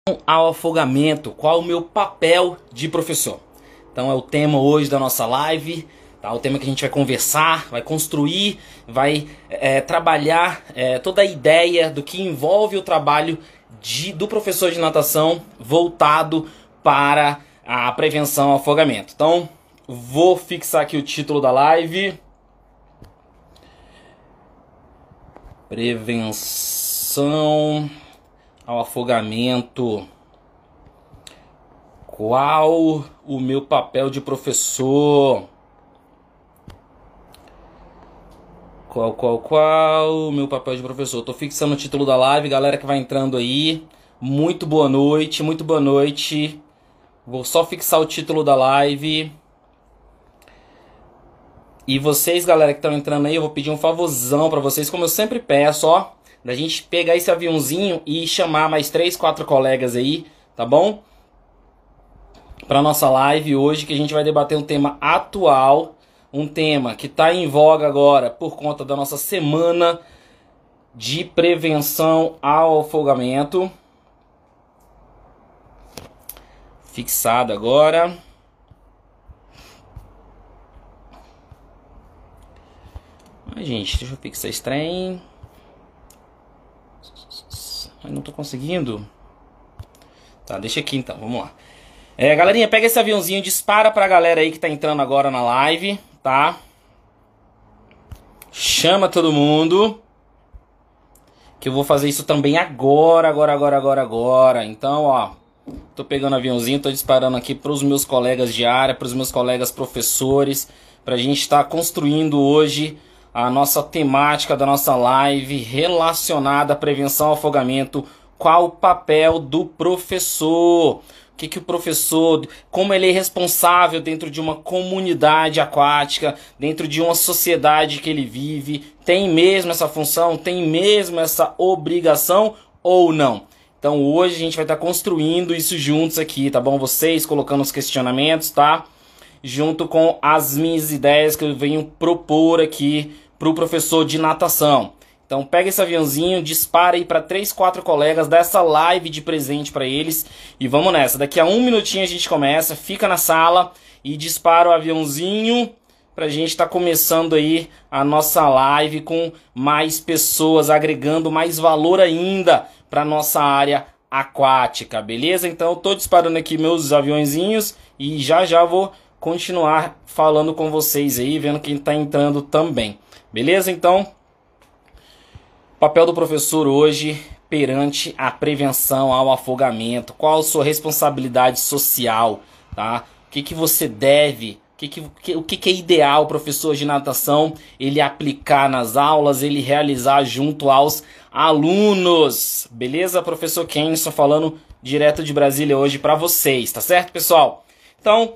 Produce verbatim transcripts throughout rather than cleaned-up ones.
Ao afogamento, qual o meu papel de professor? Então é o tema hoje da nossa live, tá? O tema que a gente vai conversar, vai construir, vai é, trabalhar é, toda a ideia do que envolve o trabalho de, do professor de natação voltado para a prevenção ao afogamento. Então vou fixar aqui o título da live: Prevenção ao afogamento. Qual o meu papel de professor? Qual, qual, qual o meu papel de professor? Tô fixando o título da live, galera que vai entrando aí. Muito boa noite, muito boa noite. Vou só fixar o título da live. E vocês, galera que estão entrando aí, eu vou pedir um favorzão pra vocês, como eu sempre peço, ó. Da gente pegar esse aviãozinho e chamar mais três, quatro colegas aí, tá bom? Para nossa live hoje, que a gente vai debater um tema atual, um tema que está em voga agora por conta da nossa semana de prevenção ao afogamento. Fixado agora. Ai, gente, deixa eu fixar esse trem. Ai, não tô conseguindo. Tá, deixa aqui então, vamos lá. É, galerinha, pega esse aviãozinho, dispara pra galera aí que tá entrando agora na live, tá? Chama todo mundo. Que eu vou fazer isso também agora, agora, agora, agora, agora. Então, ó, tô pegando o aviãozinho, tô disparando aqui pros meus colegas de área, pros meus colegas professores, pra gente estar construindo hoje a nossa temática da nossa live relacionada à prevenção ao afogamento. Qual o papel do professor? O que, que o professor, como ele é responsável dentro de uma comunidade aquática, dentro de uma sociedade que ele vive? Tem mesmo essa função? Tem mesmo essa obrigação ou não? Então hoje a gente vai estar construindo isso juntos aqui, tá bom? Vocês colocando os questionamentos, tá? Junto com as minhas ideias que eu venho propor aqui para o professor de natação. Então pega esse aviãozinho, dispara aí para três, quatro colegas, dá essa live de presente para eles e vamos nessa. Daqui a um minutinho a gente começa, fica na sala e dispara o aviãozinho para a gente estar tá começando aí a nossa live com mais pessoas, agregando mais valor ainda para nossa área aquática, beleza? Então eu tô disparando aqui meus aviãozinhos e já já vou continuar falando com vocês aí, vendo quem está entrando também. Beleza? Então, papel do professor hoje perante a prevenção ao afogamento. Qual a sua responsabilidade social, tá? O que, que você deve, o que, que, o que, que é ideal o professor de natação ele aplicar nas aulas, ele realizar junto aos alunos. Beleza? Professor Kenson falando direto de Brasília hoje para vocês, tá certo, pessoal? Então,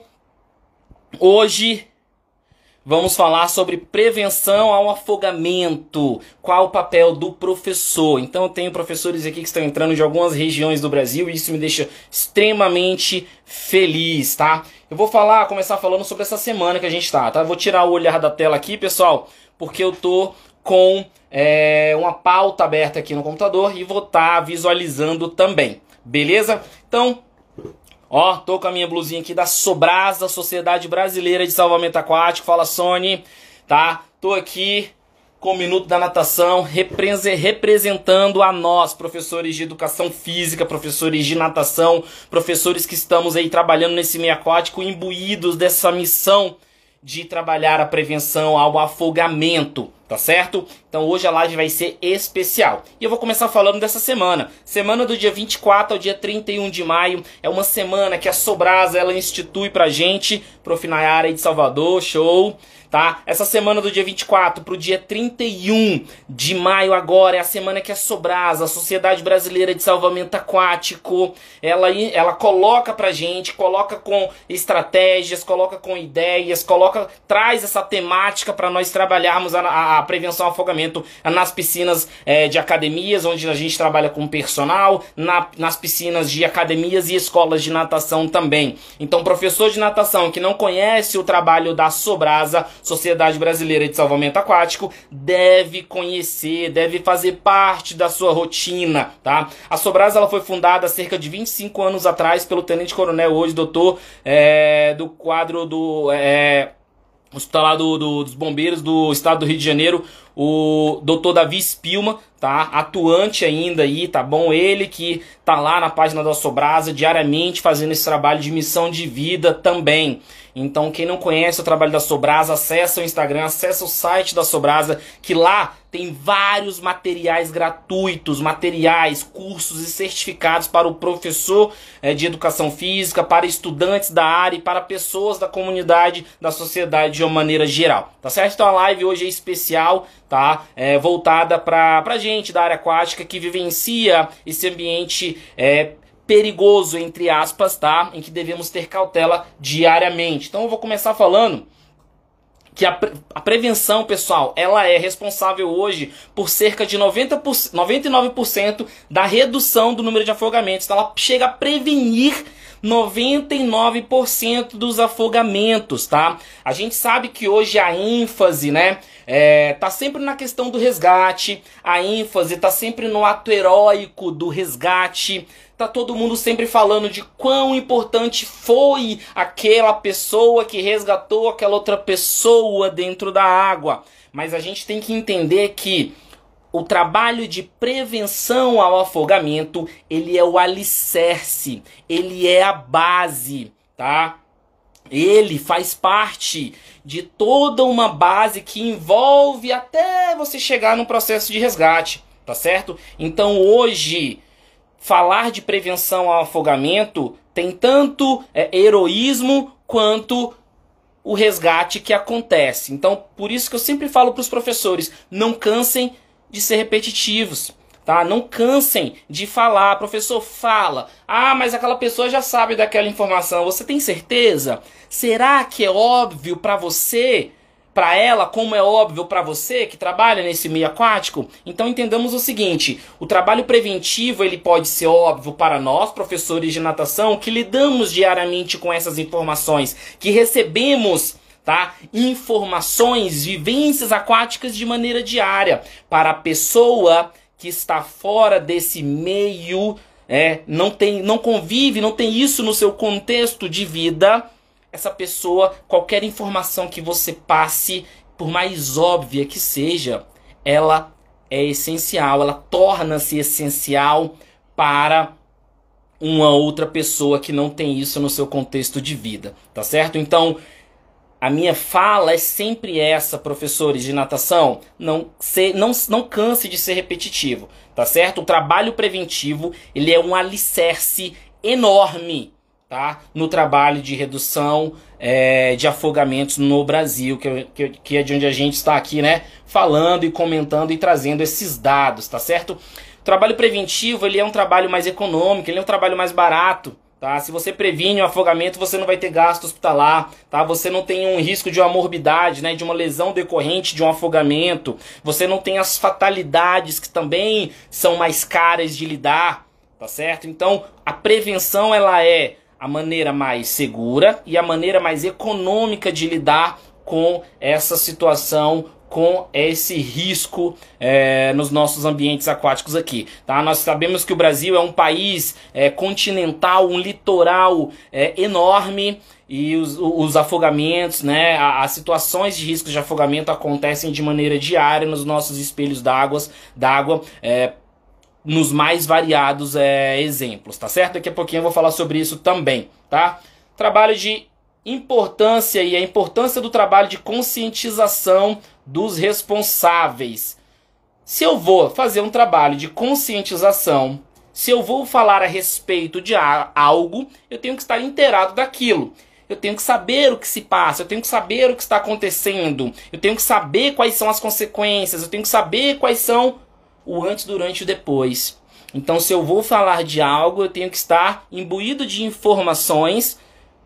hoje vamos falar sobre prevenção ao afogamento. Qual o papel do professor? Então eu tenho professores aqui que estão entrando de algumas regiões do Brasil e isso me deixa extremamente feliz, tá? Eu vou falar, começar falando sobre essa semana que a gente tá, tá? Eu vou tirar o olhar da tela aqui, pessoal, porque eu tô com é, uma pauta aberta aqui no computador e vou estar tá visualizando também, beleza? Então, ó, tô com a minha blusinha aqui da Sobrasa, Sociedade Brasileira de Salvamento Aquático. Fala, Sony, tá? Tô aqui com o Minuto da Natação, representando a nós, professores de educação física, professores de natação, professores que estamos aí trabalhando nesse meio aquático, imbuídos dessa missão de trabalhar a prevenção ao afogamento, tá certo? Então hoje a live vai ser especial. E eu vou começar falando dessa semana. Semana do dia vinte e quatro ao dia trinta e um de maio. É uma semana que a Sobrasa ela institui pra gente, Prof Nayara aí de Salvador, show, tá? Essa semana do dia vinte e quatro pro dia trinta e um de maio agora é a semana que a Sobrasa, a Sociedade Brasileira de Salvamento Aquático, ela, ela coloca pra gente, coloca com estratégias, coloca com ideias, coloca, traz essa temática para nós trabalharmos a, a, a prevenção ao afogamento nas piscinas é, de academias, onde a gente trabalha com personal, na, nas piscinas de academias e escolas de natação também. Então, professor de natação que não conhece o trabalho da Sobrasa, Sociedade Brasileira de Salvamento Aquático, deve conhecer, deve fazer parte da sua rotina, tá? A Sobrasa ela foi fundada há cerca de vinte e cinco anos atrás pelo tenente-coronel, hoje doutor é, do quadro do é, Hospital do, do, dos Bombeiros do Estado do Rio de Janeiro, o doutor Davi Spilman, tá? Atuante ainda aí, tá bom? Ele que tá lá na página da Sobrasa diariamente fazendo esse trabalho de missão de vida também. Então, quem não conhece o trabalho da Sobrasa, acessa o Instagram, acessa o site da Sobrasa, que lá tem vários materiais gratuitos, materiais, cursos e certificados para o professor é, de educação física, para estudantes da área e para pessoas da comunidade, da sociedade de uma maneira geral, tá certo? Então a live hoje é especial, tá? É, voltada para pra gente da área aquática que vivencia esse ambiente é, perigoso, entre aspas, tá? Em que devemos ter cautela diariamente. Então eu vou começar falando que a, pre a prevenção, pessoal, ela é responsável hoje por cerca de noventa por cento, noventa e nove por cento da redução do número de afogamentos. Então ela chega a prevenir noventa e nove por cento dos afogamentos, tá? A gente sabe que hoje a ênfase, né, é, tá sempre na questão do resgate, a ênfase tá sempre no ato heróico do resgate, tá todo mundo sempre falando de quão importante foi aquela pessoa que resgatou aquela outra pessoa dentro da água. Mas a gente tem que entender que o trabalho de prevenção ao afogamento, ele é o alicerce, ele é a base, tá? Ele faz parte de toda uma base que envolve até você chegar no processo de resgate, tá certo? Então hoje, falar de prevenção ao afogamento tem tanto é, heroísmo quanto o resgate que acontece. Então, por isso que eu sempre falo para os professores, não cansem de ser repetitivos, tá? Não cansem de falar. Professor, fala. Ah, mas aquela pessoa já sabe daquela informação. Você tem certeza? Será que é óbvio para você, para ela, como é óbvio para você que trabalha nesse meio aquático? Então entendamos o seguinte, o trabalho preventivo ele pode ser óbvio para nós, professores de natação, que lidamos diariamente com essas informações, que recebemos, tá, informações, vivências aquáticas de maneira diária. Para a pessoa que está fora desse meio, é, não tem, não convive, não tem isso no seu contexto de vida, essa pessoa, qualquer informação que você passe, por mais óbvia que seja, ela é essencial, ela torna-se essencial para uma outra pessoa que não tem isso no seu contexto de vida, tá certo? Então, a minha fala é sempre essa, professores de natação, não, se, não, não canse de ser repetitivo, tá certo? O trabalho preventivo, ele é um alicerce enorme, tá? No trabalho de redução é, de afogamentos no Brasil, que, que, que é de onde a gente está aqui, né? Falando e comentando e trazendo esses dados, tá certo? O trabalho preventivo, ele é um trabalho mais econômico, ele é um trabalho mais barato, tá? Se você previne o afogamento, você não vai ter gasto hospitalar, tá? Você não tem um risco de uma morbidade, né? De uma lesão decorrente de um afogamento. Você não tem as fatalidades que também são mais caras de lidar, tá certo? Então, a prevenção, ela é a maneira mais segura e a maneira mais econômica de lidar com essa situação, com esse risco é, nos nossos ambientes aquáticos aqui, tá? Nós sabemos que o Brasil é um país é, continental, um litoral é, enorme, e os, os afogamentos, né, as situações de risco de afogamento acontecem de maneira diária nos nossos espelhos d'água, d'água, é, nos mais variados é, exemplos, tá certo? Daqui a pouquinho eu vou falar sobre isso também, tá? Trabalho de importância e a importância do trabalho de conscientização dos responsáveis. Se eu vou fazer um trabalho de conscientização, se eu vou falar a respeito de algo, eu tenho que estar inteirado daquilo. Eu tenho que saber o que se passa, eu tenho que saber o que está acontecendo, eu tenho que saber quais são as consequências, eu tenho que saber quais são o antes, durante e o depois. Então, se eu vou falar de algo, eu tenho que estar imbuído de informações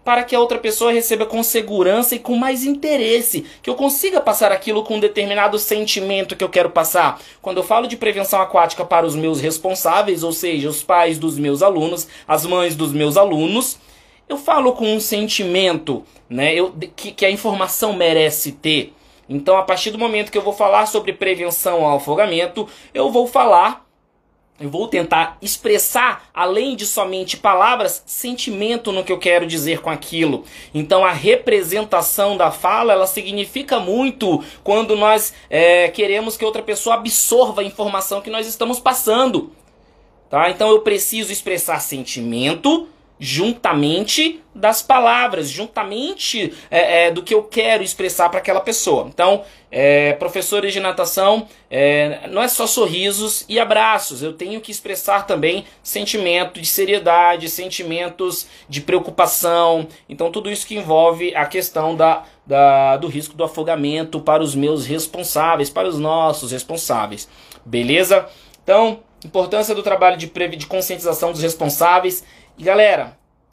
para que a outra pessoa receba com segurança e com mais interesse, que eu consiga passar aquilo com um determinado sentimento que eu quero passar. Quando eu falo de prevenção aquática para os meus responsáveis, ou seja, os pais dos meus alunos, as mães dos meus alunos, eu falo com um sentimento, né, eu, que, que a informação merece ter. Então, a partir do momento que eu vou falar sobre prevenção ao afogamento, eu vou falar, eu vou tentar expressar, além de somente palavras, sentimento no que eu quero dizer com aquilo. Então, a representação da fala, ela significa muito quando nós é, queremos que outra pessoa absorva a informação que nós estamos passando. Tá? Então, eu preciso expressar sentimento juntamente das palavras, juntamente é, é, do que eu quero expressar para aquela pessoa. Então, é, professores de natação, é, não é só sorrisos e abraços, eu tenho que expressar também sentimento de seriedade, sentimentos de preocupação. Então, tudo isso que envolve a questão da, da, do risco do afogamento para os meus responsáveis, para os nossos responsáveis. Beleza? Então, importância do trabalho de, de conscientização dos responsáveis. E galera,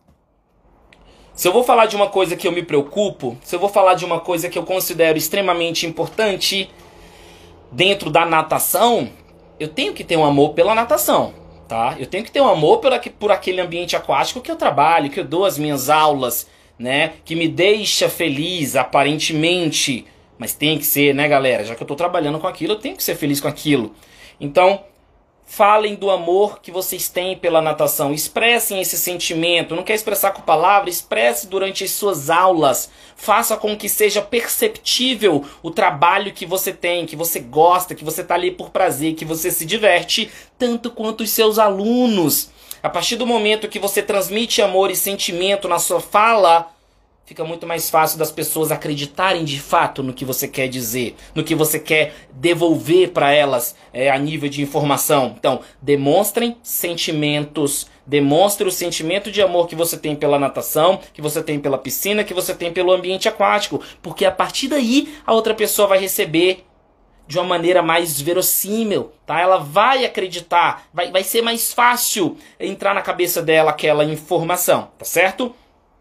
se eu vou falar de uma coisa que eu me preocupo, se eu vou falar de uma coisa que eu considero extremamente importante dentro da natação, eu tenho que ter um amor pela natação, tá? Eu tenho que ter um amor por, aqu por aquele ambiente aquático que eu trabalho, que eu dou as minhas aulas, né? Que me deixa feliz, aparentemente. Mas tem que ser, né, galera? Já que eu tô trabalhando com aquilo, eu tenho que ser feliz com aquilo. Então, falem do amor que vocês têm pela natação, expressem esse sentimento. Não quer expressar com palavras? Expresse durante as suas aulas. Faça com que seja perceptível o trabalho que você tem, que você gosta, que você está ali por prazer, que você se diverte, tanto quanto os seus alunos. A partir do momento que você transmite amor e sentimento na sua fala, fica muito mais fácil das pessoas acreditarem de fato no que você quer dizer, no que você quer devolver para elas é, a nível de informação. Então, demonstrem sentimentos, demonstre o sentimento de amor que você tem pela natação, que você tem pela piscina, que você tem pelo ambiente aquático, porque a partir daí a outra pessoa vai receber de uma maneira mais verossímil, tá? Ela vai acreditar, vai, vai ser mais fácil entrar na cabeça dela aquela informação, tá certo?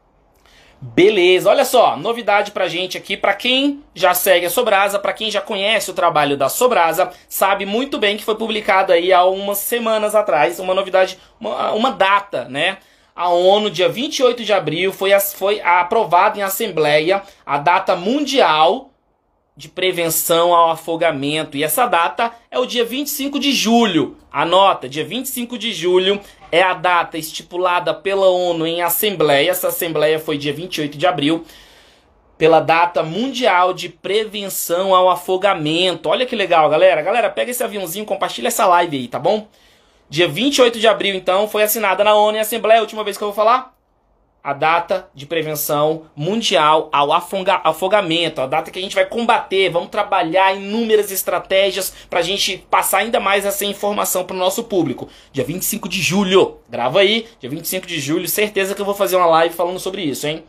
Beleza, olha só, novidade pra gente aqui, pra quem já segue a Sobrasa, pra quem já conhece o trabalho da Sobrasa, sabe muito bem que foi publicado aí há umas semanas atrás, uma novidade, uma, uma data, né? A ONU, dia vinte e oito de abril, foi, foi aprovada em Assembleia a data mundial de prevenção ao afogamento. E essa data é o dia vinte e cinco de julho. Anota, dia vinte e cinco de julho é a data estipulada pela ONU em Assembleia. Essa Assembleia foi dia vinte e oito de abril. Pela data mundial de prevenção ao afogamento. Olha que legal, galera. Galera, pega esse aviãozinho, compartilha essa live aí, tá bom? Dia vinte e oito de abril, então, foi assinada na ONU em Assembleia. A última vez que eu vou falar? A data de prevenção mundial ao afogamento, a data que a gente vai combater, vamos trabalhar inúmeras estratégias para a gente passar ainda mais essa informação para o nosso público. Dia vinte e cinco de julho, grava aí, dia vinte e cinco de julho, certeza que eu vou fazer uma live falando sobre isso, hein?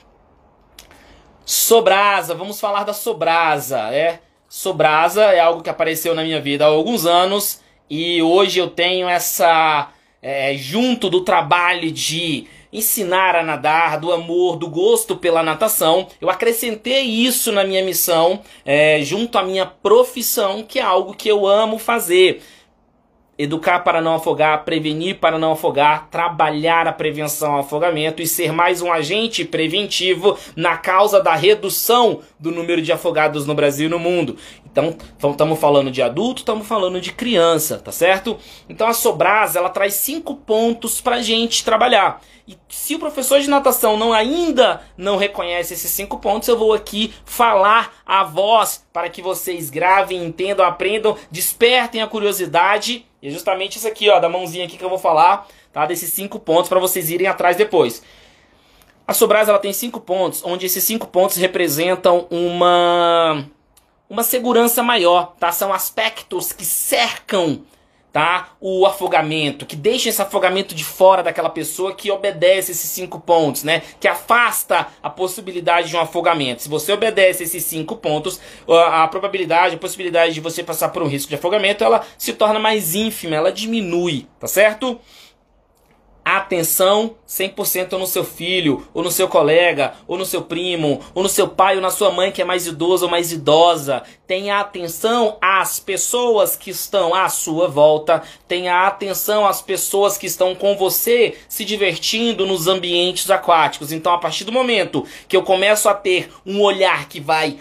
Sobrasa, vamos falar da Sobrasa, é? Sobrasa é algo que apareceu na minha vida há alguns anos e hoje eu tenho essa, é, junto do trabalho de ensinar a nadar, do amor, do gosto pela natação, eu acrescentei isso na minha missão, é, junto à minha profissão, que é algo que eu amo fazer. Educar para não afogar, prevenir para não afogar, trabalhar a prevenção ao afogamento e ser mais um agente preventivo na causa da redução do número de afogados no Brasil e no mundo. Então, estamos falando de adulto, estamos falando de criança, tá certo? Então a Sobrasa, ela traz cinco pontos para a gente trabalhar. E se o professor de natação não ainda não reconhece esses cinco pontos, eu vou aqui falar a voz para que vocês gravem, entendam, aprendam, despertem a curiosidade. E é justamente isso aqui, ó, da mãozinha aqui que eu vou falar, tá? Desses cinco pontos para vocês irem atrás depois. A Sobrasa, ela tem cinco pontos, onde esses cinco pontos representam uma, uma segurança maior, tá? São aspectos que cercam, tá, o afogamento, que deixa esse afogamento de fora daquela pessoa, que obedece esses cinco pontos, né? Que afasta a possibilidade de um afogamento. Se você obedece esses cinco pontos, a, a probabilidade, a possibilidade de você passar por um risco de afogamento, ela se torna mais ínfima, ela diminui, tá certo? Atenção cem por cento no seu filho, ou no seu colega, ou no seu primo, ou no seu pai, ou na sua mãe que é mais idoso ou mais idosa. Tenha atenção às pessoas que estão à sua volta. Tenha atenção às pessoas que estão com você se divertindo nos ambientes aquáticos. Então, a partir do momento que eu começo a ter um olhar que vai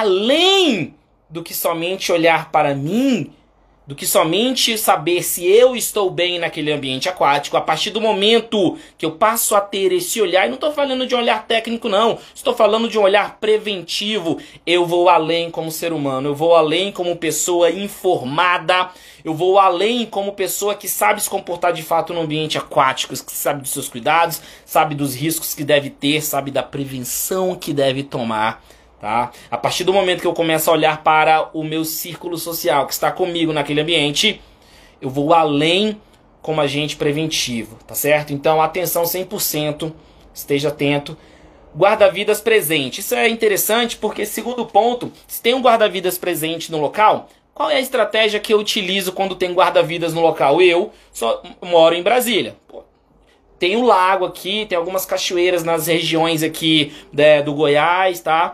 além do que somente olhar para mim, do que somente saber se eu estou bem naquele ambiente aquático, a partir do momento que eu passo a ter esse olhar, e não estou falando de um olhar técnico não, estou falando de um olhar preventivo, eu vou além como ser humano, eu vou além como pessoa informada, eu vou além como pessoa que sabe se comportar de fato no ambiente aquático, que sabe dos seus cuidados, sabe dos riscos que deve ter, sabe da prevenção que deve tomar. Tá? A partir do momento que eu começo a olhar para o meu círculo social que está comigo naquele ambiente, eu vou além como agente preventivo, tá certo? Então, atenção cem por cento, esteja atento. Guarda-vidas presente. Isso é interessante porque, segundo ponto, se tem um guarda-vidas presente no local, qual é a estratégia que eu utilizo quando tem guarda-vidas no local? Eu só moro em Brasília. Pô, tem um lago aqui, tem algumas cachoeiras nas regiões aqui né, do Goiás, tá?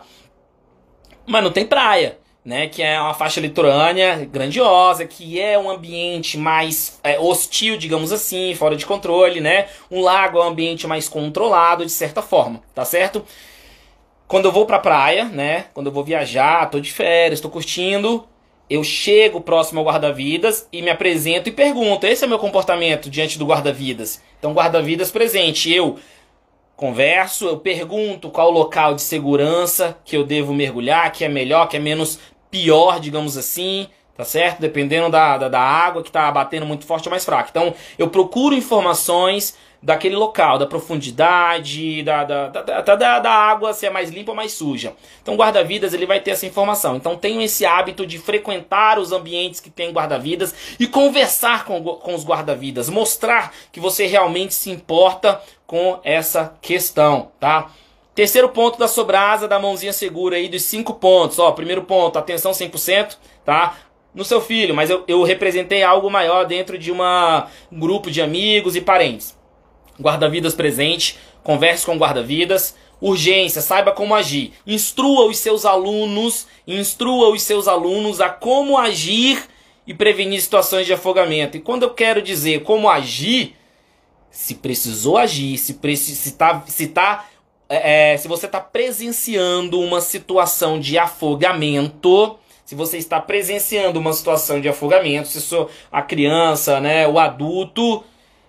Mas não tem praia, né? Que é uma faixa litorânea grandiosa, que é um ambiente mais é, hostil, digamos assim, fora de controle, né? Um lago é um ambiente mais controlado, de certa forma, tá certo? Quando eu vou pra praia, né? Quando eu vou viajar, tô de férias, tô curtindo, eu chego próximo ao guarda-vidas e me apresento e pergunto, esse é meu comportamento diante do guarda-vidas? Então, guarda-vidas presente, eu... converso, eu pergunto qual o local de segurança que eu devo mergulhar, que é melhor, que é menos pior, digamos assim, tá certo? Dependendo da, da, da água que tá batendo muito forte ou mais fraca. Então, eu procuro informações daquele local, da profundidade, da, da, da, da, da água, se é mais limpa ou mais suja. Então, o guarda-vidas ele vai ter essa informação. Então, tenham esse hábito de frequentar os ambientes que tem guarda-vidas e conversar com, com os guarda-vidas, mostrar que você realmente se importa com essa questão, tá? Terceiro ponto da Sobrasa, da mãozinha segura aí dos cinco pontos. Ó, primeiro ponto, atenção cem por cento, tá? No seu filho, mas eu, eu representei algo maior dentro de uma, um grupo de amigos e parentes. Guarda-vidas presente, converse com guarda-vidas. Urgência, saiba como agir. Instrua os seus alunos, instrua os seus alunos a como agir e prevenir situações de afogamento. E quando eu quero dizer como agir, se precisou agir, se, preci se, tá, se, tá, é, se você está presenciando uma situação de afogamento, se você está presenciando uma situação de afogamento, se sou a criança, né, o adulto,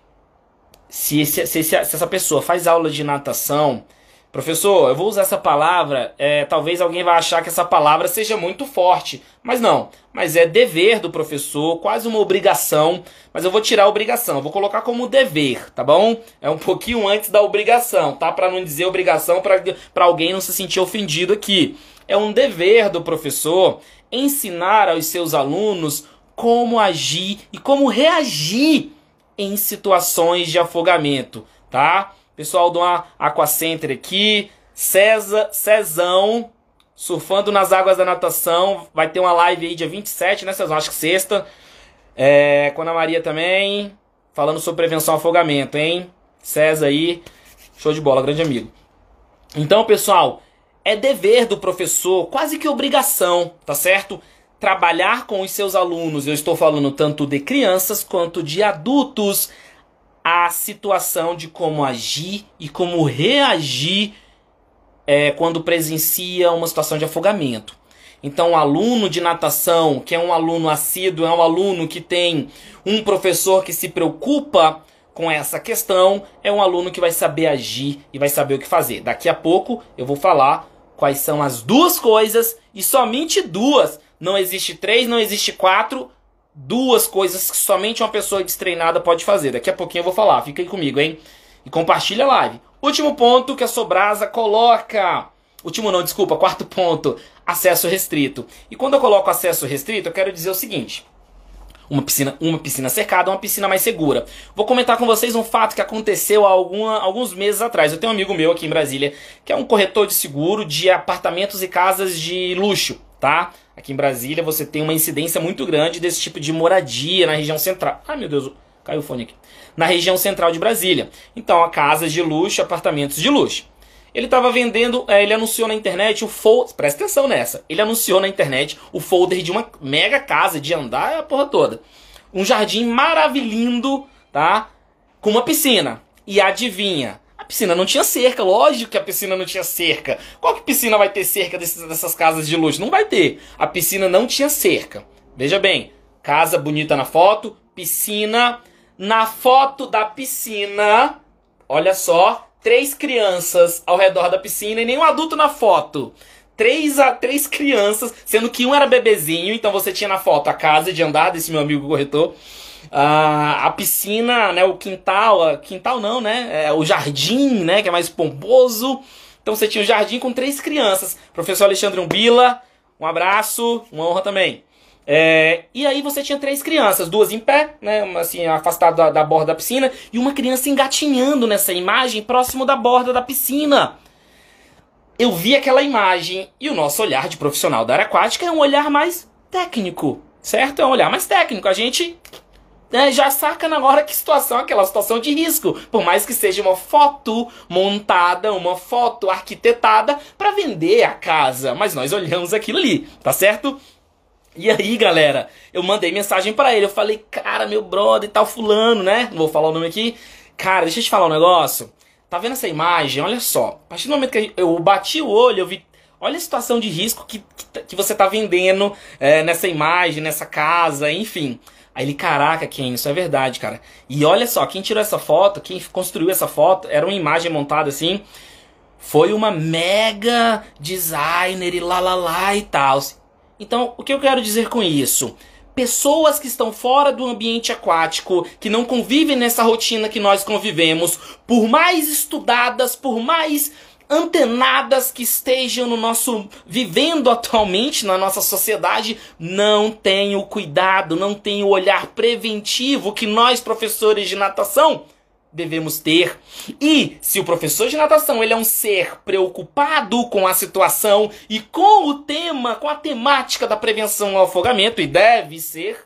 se, se, se, se essa pessoa faz aula de natação, professor, eu vou usar essa palavra, é, talvez alguém vai achar que essa palavra seja muito forte, mas não, mas é dever do professor, quase uma obrigação, mas eu vou tirar a obrigação, eu vou colocar como dever, tá bom? É um pouquinho antes da obrigação, tá? Para não dizer obrigação, para alguém não se sentir ofendido aqui. É um dever do professor ensinar aos seus alunos como agir e como reagir em situações de afogamento, tá? Pessoal do Aquacenter aqui, César, Cezão, surfando nas águas da natação, vai ter uma live aí dia vinte e sete, né, Cezão? Acho que sexta. É, com a Ana Maria também, falando sobre prevenção ao afogamento, hein? César aí, show de bola, grande amigo. Então, pessoal, é dever do professor, quase que obrigação, tá certo? Trabalhar com os seus alunos, eu estou falando tanto de crianças quanto de adultos, a situação de como agir e como reagir é, quando presencia uma situação de afogamento. Então, o aluno de natação, que é um aluno assíduo, é um aluno que tem um professor que se preocupa com essa questão, é um aluno que vai saber agir e vai saber o que fazer. Daqui a pouco eu vou falar quais são as duas coisas, e somente duas, não existe três, não existe quatro, duas coisas que somente uma pessoa destreinada pode fazer. Daqui a pouquinho eu vou falar, fica aí comigo, hein? E compartilha a live. Último ponto que a Sobrasa coloca. Último não, desculpa, quarto ponto. Acesso restrito. E quando eu coloco acesso restrito, eu quero dizer o seguinte. Uma piscina, uma piscina cercada, uma piscina mais segura. Vou comentar com vocês um fato que aconteceu há alguma, alguns meses atrás. Eu tenho um amigo meu aqui em Brasília, que é um corretor de seguro de apartamentos e casas de luxo, tá? Aqui em Brasília você tem uma incidência muito grande desse tipo de moradia na região central. Ai, meu Deus, caiu o fone aqui. Na região central de Brasília. Então, a casas de luxo, apartamentos de luxo. Ele estava vendendo, é, ele anunciou na internet o folder, presta atenção nessa, ele anunciou na internet o folder de uma mega casa de andar, a porra toda. Um jardim maravilhoso, tá? Com uma piscina. E adivinha, a piscina não tinha cerca, lógico que a piscina não tinha cerca. Qual que piscina vai ter cerca desses, dessas casas de luxo? Não vai ter. A piscina não tinha cerca. Veja bem, casa bonita na foto, piscina. Na foto da piscina, olha só, três crianças ao redor da piscina e nenhum adulto na foto. Três, a, três crianças, sendo que um era bebezinho, então você tinha na foto a casa de andar desse meu amigo corretor, a, a piscina, né, o quintal, a, quintal não, né, é, o jardim, né, que é mais pomposo. Então você tinha um jardim com três crianças. Professor Alexandre Umbila, um abraço, uma honra também. É, e aí você tinha três crianças, duas em pé, né, assim, afastado da, da borda da piscina, e uma criança engatinhando nessa imagem próximo da borda da piscina. Eu vi aquela imagem e o nosso olhar de profissional da área aquática é um olhar mais técnico, certo? É um olhar mais técnico. A gente, né, já saca na hora que situação, aquela situação de risco, por mais que seja uma foto montada, uma foto arquitetada para vender a casa, mas nós olhamos aquilo ali, tá certo? E aí, galera, eu mandei mensagem pra ele, eu falei, cara, meu brother e tal, fulano, né? Não vou falar o nome aqui. Cara, deixa eu te falar um negócio. Tá vendo essa imagem? Olha só. A partir do momento que eu bati o olho, eu vi... Olha a situação de risco que, que, que você tá vendendo é, nessa imagem, nessa casa, enfim. Aí ele, caraca, Ken, isso é verdade, cara. E olha só, quem tirou essa foto, quem construiu essa foto, era uma imagem montada assim, foi uma mega designer e lá, lá, lá e tal. Então, o que eu quero dizer com isso? Pessoas que estão fora do ambiente aquático, que não convivem nessa rotina que nós convivemos, por mais estudadas, por mais antenadas que estejam no nosso vivendo atualmente na nossa sociedade, não têm o cuidado, não têm o olhar preventivo que nós, professores de natação, devemos ter. E se o professor de natação ele é um ser preocupado com a situação e com o tema, com a temática da prevenção ao afogamento, e deve ser,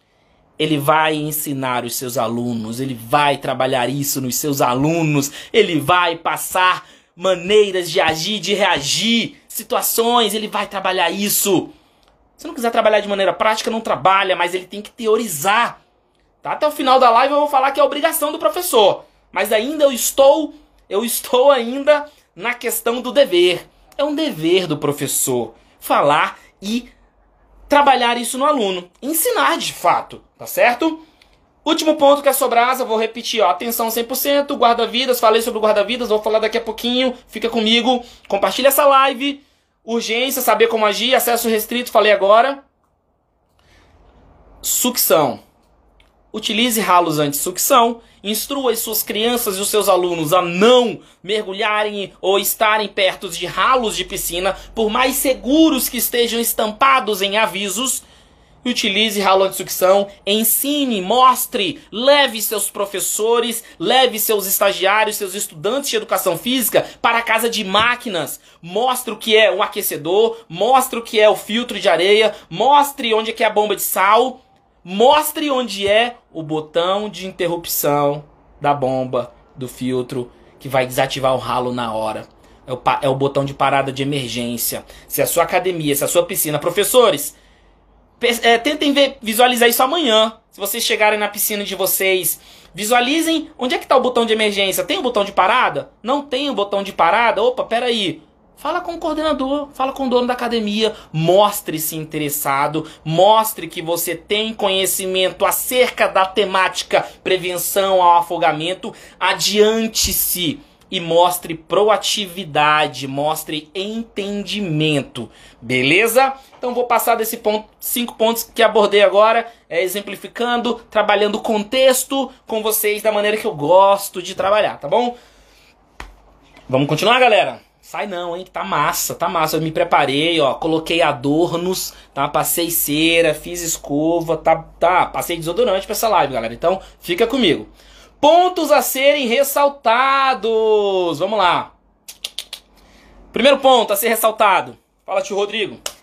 ele vai ensinar os seus alunos, ele vai trabalhar isso nos seus alunos, ele vai passar maneiras de agir, de reagir, situações, ele vai trabalhar isso. Se não quiser trabalhar de maneira prática, não trabalha, mas ele tem que teorizar. Tá? Até o final da live eu vou falar que é obrigação do professor. Mas ainda eu estou, eu estou ainda na questão do dever. É um dever do professor falar e trabalhar isso no aluno. Ensinar de fato, tá certo? Último ponto que é Sobrasa, vou repetir, ó, atenção cem por cento, guarda-vidas, falei sobre o guarda-vidas, vou falar daqui a pouquinho, fica comigo, compartilha essa live, urgência, saber como agir, acesso restrito, falei agora. Sucção. Utilize ralos anti-sucção, instrua as suas crianças e os seus alunos a não mergulharem ou estarem perto de ralos de piscina, por mais seguros que estejam estampados em avisos. Utilize ralo anti-sucção, ensine, mostre, leve seus professores, leve seus estagiários, seus estudantes de educação física para a casa de máquinas. Mostre o que é um aquecedor, mostre o que é o filtro de areia, mostre onde é que é a bomba de sal. Mostre onde é o botão de interrupção da bomba, do filtro, que vai desativar o ralo na hora. É o, é o botão de parada de emergência. Se a sua academia, se a sua piscina... Professores, é, tentem ver, visualizar isso amanhã. Se vocês chegarem na piscina de vocês, visualizem onde é que está o botão de emergência. Tem o botão de parada? Não tem o botão de parada? Opa, peraí. Fala com o coordenador, fala com o dono da academia, mostre-se interessado, mostre que você tem conhecimento acerca da temática prevenção ao afogamento, adiante-se e mostre proatividade, mostre entendimento, beleza? Então vou passar desse ponto, cinco pontos que abordei agora, é, exemplificando, trabalhando o contexto com vocês da maneira que eu gosto de trabalhar, tá bom? Vamos continuar, galera? Sai não, hein, que tá massa, tá massa. Eu me preparei, ó, coloquei adornos, tá? Passei cera, fiz escova, tá, tá, passei desodorante pra essa live, galera. Então, fica comigo. Pontos a serem ressaltados. Vamos lá. Primeiro ponto a ser ressaltado. Fala, tio Rodrigo.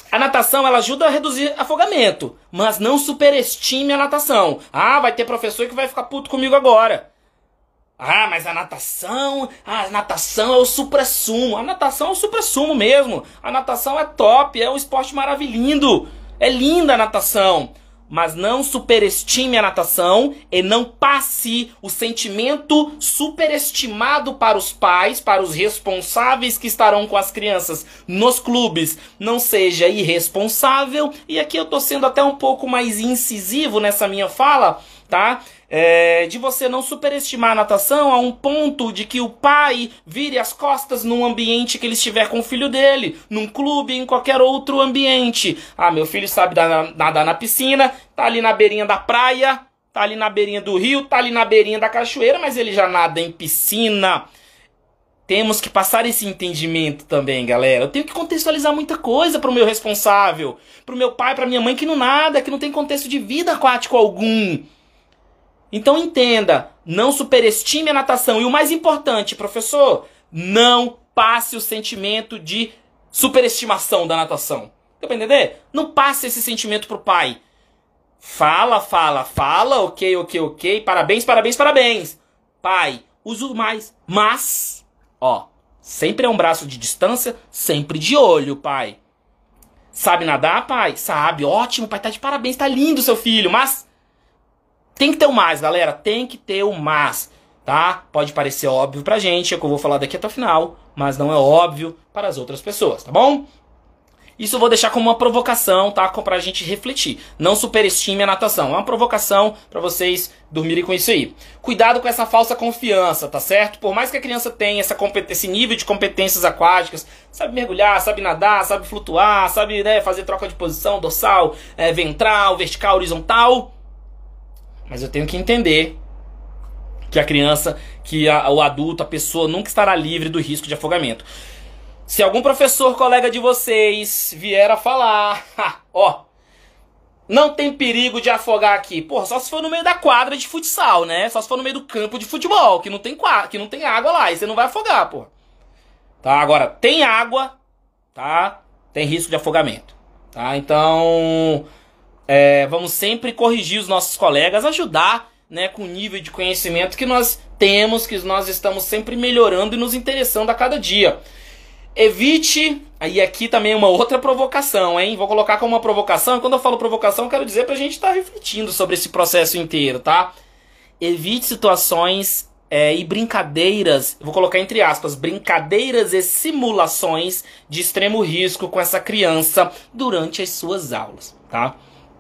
A natação, ela ajuda a reduzir afogamento, mas não superestime a natação. Ah, vai ter professor que vai ficar puto comigo agora. Ah, mas a natação, a natação é o suprassumo. A natação é o suprassumo mesmo. A natação é top, é um esporte maravilhoso. É linda a natação. Mas não superestime a natação e não passe o sentimento superestimado para os pais, para os responsáveis que estarão com as crianças nos clubes. Não seja irresponsável. E aqui eu tô sendo até um pouco mais incisivo nessa minha fala, tá? É, de você não superestimar a natação a um ponto de que o pai vire as costas num ambiente que ele estiver com o filho dele, num clube, em qualquer outro ambiente. Ah, meu filho sabe nadar na piscina, tá ali na beirinha da praia, tá ali na beirinha do rio, tá ali na beirinha da cachoeira, mas ele já nada em piscina. Temos que passar esse entendimento também, galera. Eu tenho que contextualizar muita coisa pro meu responsável, pro meu pai, pra minha mãe que não nada, que não tem contexto de vida aquático algum. Então entenda, não superestime a natação. E o mais importante, professor, não passe o sentimento de superestimação da natação. Deu pra entender? Não passe esse sentimento pro pai. Fala, fala, fala, ok, ok, ok, parabéns, parabéns, parabéns. Pai, uso mais, mas, ó, sempre é um braço de distância, sempre de olho, pai. Sabe nadar, pai? Sabe, ótimo, pai, tá de parabéns, tá lindo seu filho, mas... tem que ter o mais, galera. Tem que ter o mais, tá? Pode parecer óbvio pra gente, é o que eu vou falar daqui até o final, mas não é óbvio para as outras pessoas, tá bom? Isso eu vou deixar como uma provocação, tá? Pra gente refletir. Não superestime a natação. É uma provocação pra vocês dormirem com isso aí. Cuidado com essa falsa confiança, tá certo? Por mais que a criança tenha essa esse nível de competências aquáticas, sabe mergulhar, sabe nadar, sabe flutuar, sabe, né, fazer troca de posição, dorsal, é, ventral, vertical, horizontal... mas eu tenho que entender que a criança, que a, o adulto, a pessoa nunca estará livre do risco de afogamento. Se algum professor, colega de vocês, vier a falar, ó, não tem perigo de afogar aqui. Porra, só se for no meio da quadra de futsal, né? Só se for no meio do campo de futebol, que não tem, que não tem água lá, e você não vai afogar, porra. Tá, agora, tem água, tá? Tem risco de afogamento, tá? Então... É, vamos sempre corrigir os nossos colegas, ajudar, né, com o nível de conhecimento que nós temos, que nós estamos sempre melhorando e nos interessando a cada dia. Evite, aí aqui também uma outra provocação, hein? Vou colocar como uma provocação, e quando eu falo provocação, eu quero dizer pra gente estar refletindo sobre esse processo inteiro, tá? Evite situações é, e brincadeiras, vou colocar entre aspas, brincadeiras e simulações de extremo risco com essa criança durante as suas aulas, tá?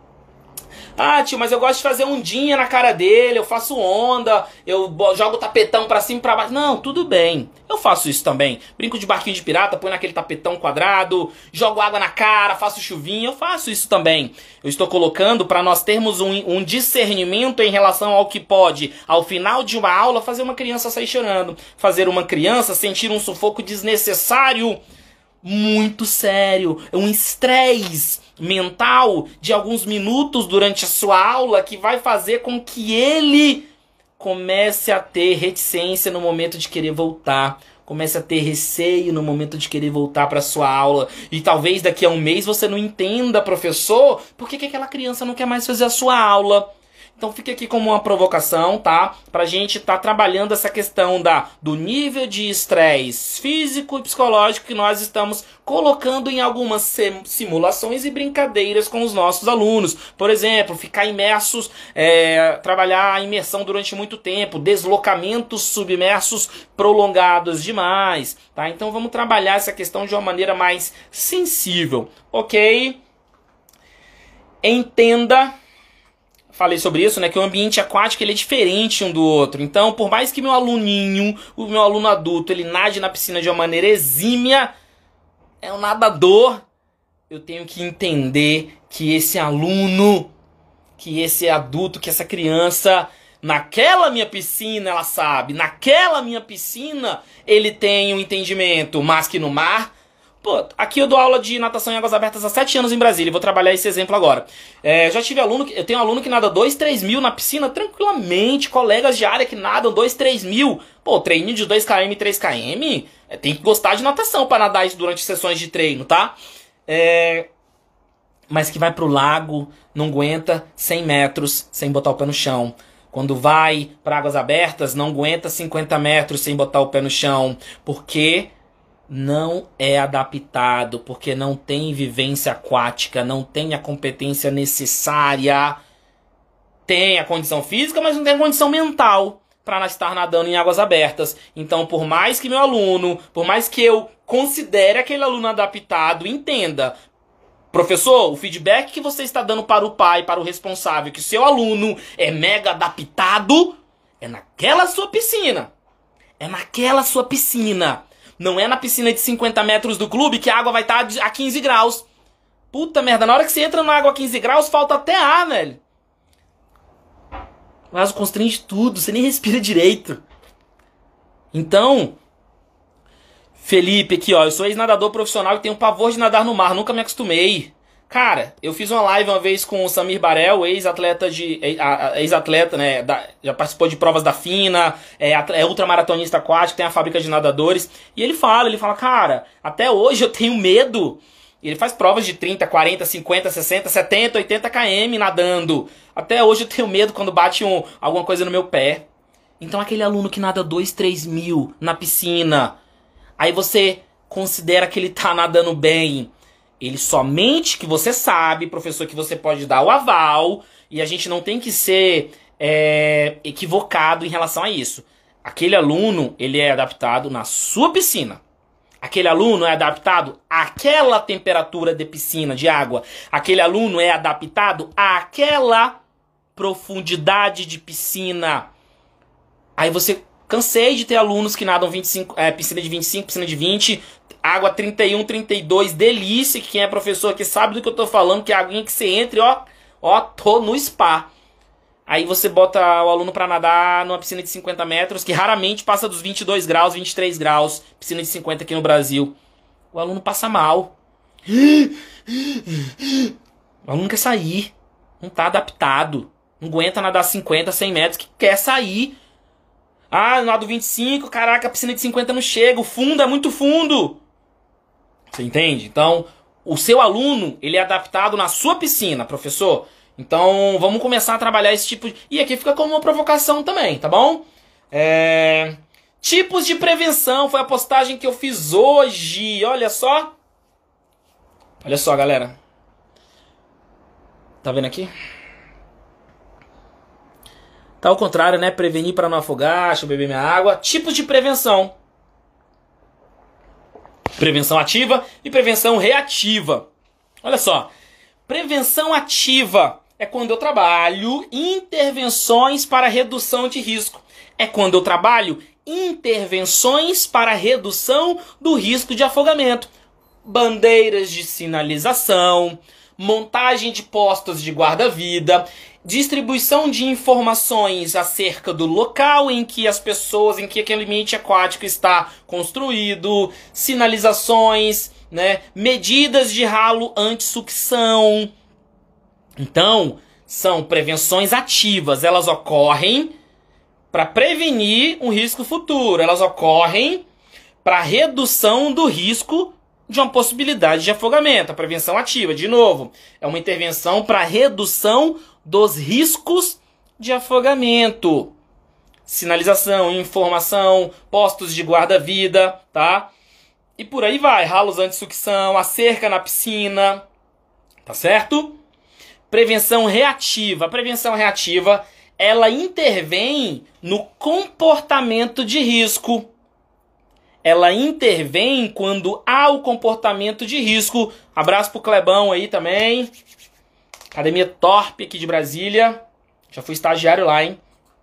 Ah, tio, mas eu gosto de fazer ondinha na cara dele, eu faço onda, eu jogo o tapetão pra cima e pra baixo. Não, tudo bem. Eu faço isso também. Brinco de barquinho de pirata, põe naquele tapetão quadrado, jogo água na cara, faço chuvinha, eu faço isso também. Eu estou colocando para nós termos um, um discernimento em relação ao que pode, ao final de uma aula, fazer uma criança sair chorando. Fazer uma criança sentir um sufoco desnecessário, muito sério, um estresse mental de alguns minutos durante a sua aula que vai fazer com que ele comece a ter reticência no momento de querer voltar, comece a ter receio no momento de querer voltar para sua aula, e talvez daqui a um mês você não entenda, professor, por que que aquela criança não quer mais fazer a sua aula. Então fica aqui como uma provocação, tá? Pra gente tá trabalhando essa questão da, do nível de estresse físico e psicológico que nós estamos colocando em algumas simulações e brincadeiras com os nossos alunos. Por exemplo, ficar imersos, é, trabalhar a imersão durante muito tempo, deslocamentos submersos prolongados demais, tá? Então vamos trabalhar essa questão de uma maneira mais sensível, ok? Entenda... Falei sobre isso, né? Que o ambiente aquático ele é diferente um do outro. Então, por mais que meu aluninho, o meu aluno adulto, ele nade na piscina de uma maneira exímia, é um nadador, eu tenho que entender que esse aluno, que esse adulto, que essa criança, naquela minha piscina, ela sabe, naquela minha piscina, ele tem um entendimento, mas que no mar... Pô, aqui eu dou aula de natação em águas abertas há sete anos em Brasília. Vou trabalhar esse exemplo agora. É, já tive aluno, eu tenho um aluno que nada dois, três mil na piscina tranquilamente. Colegas de área que nadam dois, três mil. Pô, treininho de dois quilômetros e três quilômetros. É, tem que gostar de natação para nadar isso durante sessões de treino, tá? É, mas que vai pro lago, não aguenta cem metros sem botar o pé no chão. Quando vai para águas abertas, não aguenta cinquenta metros sem botar o pé no chão, porque não é adaptado, porque não tem vivência aquática, não tem a competência necessária. Tem a condição física, mas não tem a condição mental para estar nadando em águas abertas. Então, por mais que meu aluno, por mais que eu considere aquele aluno adaptado, entenda, professor, o feedback que você está dando para o pai, para o responsável, que o seu aluno é mega adaptado, é naquela sua piscina. É naquela sua piscina. Não é na piscina de cinquenta metros do clube que a água vai estar a quinze graus. Puta merda, na hora que você entra na água a quinze graus, falta até ar, velho. O vaso constringe tudo, você nem respira direito. Então, Felipe aqui, ó, eu sou ex-nadador profissional e tenho pavor de nadar no mar, nunca me acostumei. Cara, eu fiz uma live uma vez com o Samir Barel, ex-atleta de ex-atleta, né, da, já participou de provas da FINA, é, é ultramaratonista aquático, tem a fábrica de nadadores, e ele fala, ele fala, cara, até hoje eu tenho medo. Ele faz provas de trinta, quarenta, cinquenta, sessenta, setenta, oitenta quilômetros nadando. Até hoje eu tenho medo quando bate um, alguma coisa no meu pé. Então aquele aluno que nada dois, três mil na piscina, aí você considera que ele tá nadando bem. Ele somente que você sabe, professor, que você pode dar o aval, e a gente não tem que ser é, equivocado em relação a isso. Aquele aluno, ele é adaptado na sua piscina. Aquele aluno é adaptado àquela temperatura de piscina, de água. Aquele aluno é adaptado àquela profundidade de piscina. Aí você... Cansei de ter alunos que nadam vinte e cinco, é, piscina de vinte e cinco, piscina de vinte, água trinta e um, trinta e dois, delícia, que quem é professor aqui sabe do que eu tô falando, que é a aguinha que você entra e ó, ó, tô no spa. Aí você bota o aluno pra nadar numa piscina de cinquenta metros, que raramente passa dos vinte e dois graus, vinte e três graus, piscina de cinquenta aqui no Brasil. O aluno passa mal. O aluno quer sair, não tá adaptado, não aguenta nadar cinquenta, cem metros, que quer sair. Ah, no lado vinte e cinco, caraca, a piscina de cinquenta não chega, o fundo é muito fundo. Você entende? Então, o seu aluno, ele é adaptado na sua piscina, professor. Então, vamos começar a trabalhar esse tipo de... E aqui fica como uma provocação também, tá bom? É... Tipos de prevenção, foi a postagem que eu fiz hoje, olha só. Olha só, galera. Tá vendo aqui? Tá ao contrário, né? Prevenir para não afogar, deixa eu beber minha água. Tipos de prevenção. Prevenção ativa e prevenção reativa. Olha só. Prevenção ativa é quando eu trabalho intervenções para redução de risco. É quando eu trabalho intervenções para redução do risco de afogamento. Bandeiras de sinalização, montagem de postos de guarda-vida, distribuição de informações acerca do local em que as pessoas, em que aquele ambiente aquático está construído, sinalizações, né, medidas de ralo anti-sucção. Então, são prevenções ativas, elas ocorrem para prevenir um risco futuro, elas ocorrem para redução do risco de uma possibilidade de afogamento. A prevenção ativa, de novo, é uma intervenção para redução dos riscos de afogamento. Sinalização, informação, postos de guarda-vida, tá? E por aí vai, ralos anti-sucção, a cerca na piscina, tá certo? Prevenção reativa. A prevenção reativa, ela intervém no comportamento de risco. Ela intervém quando há o comportamento de risco. Abraço pro Clebão aí também. Academia Torpe aqui de Brasília. Já fui estagiário lá, hein?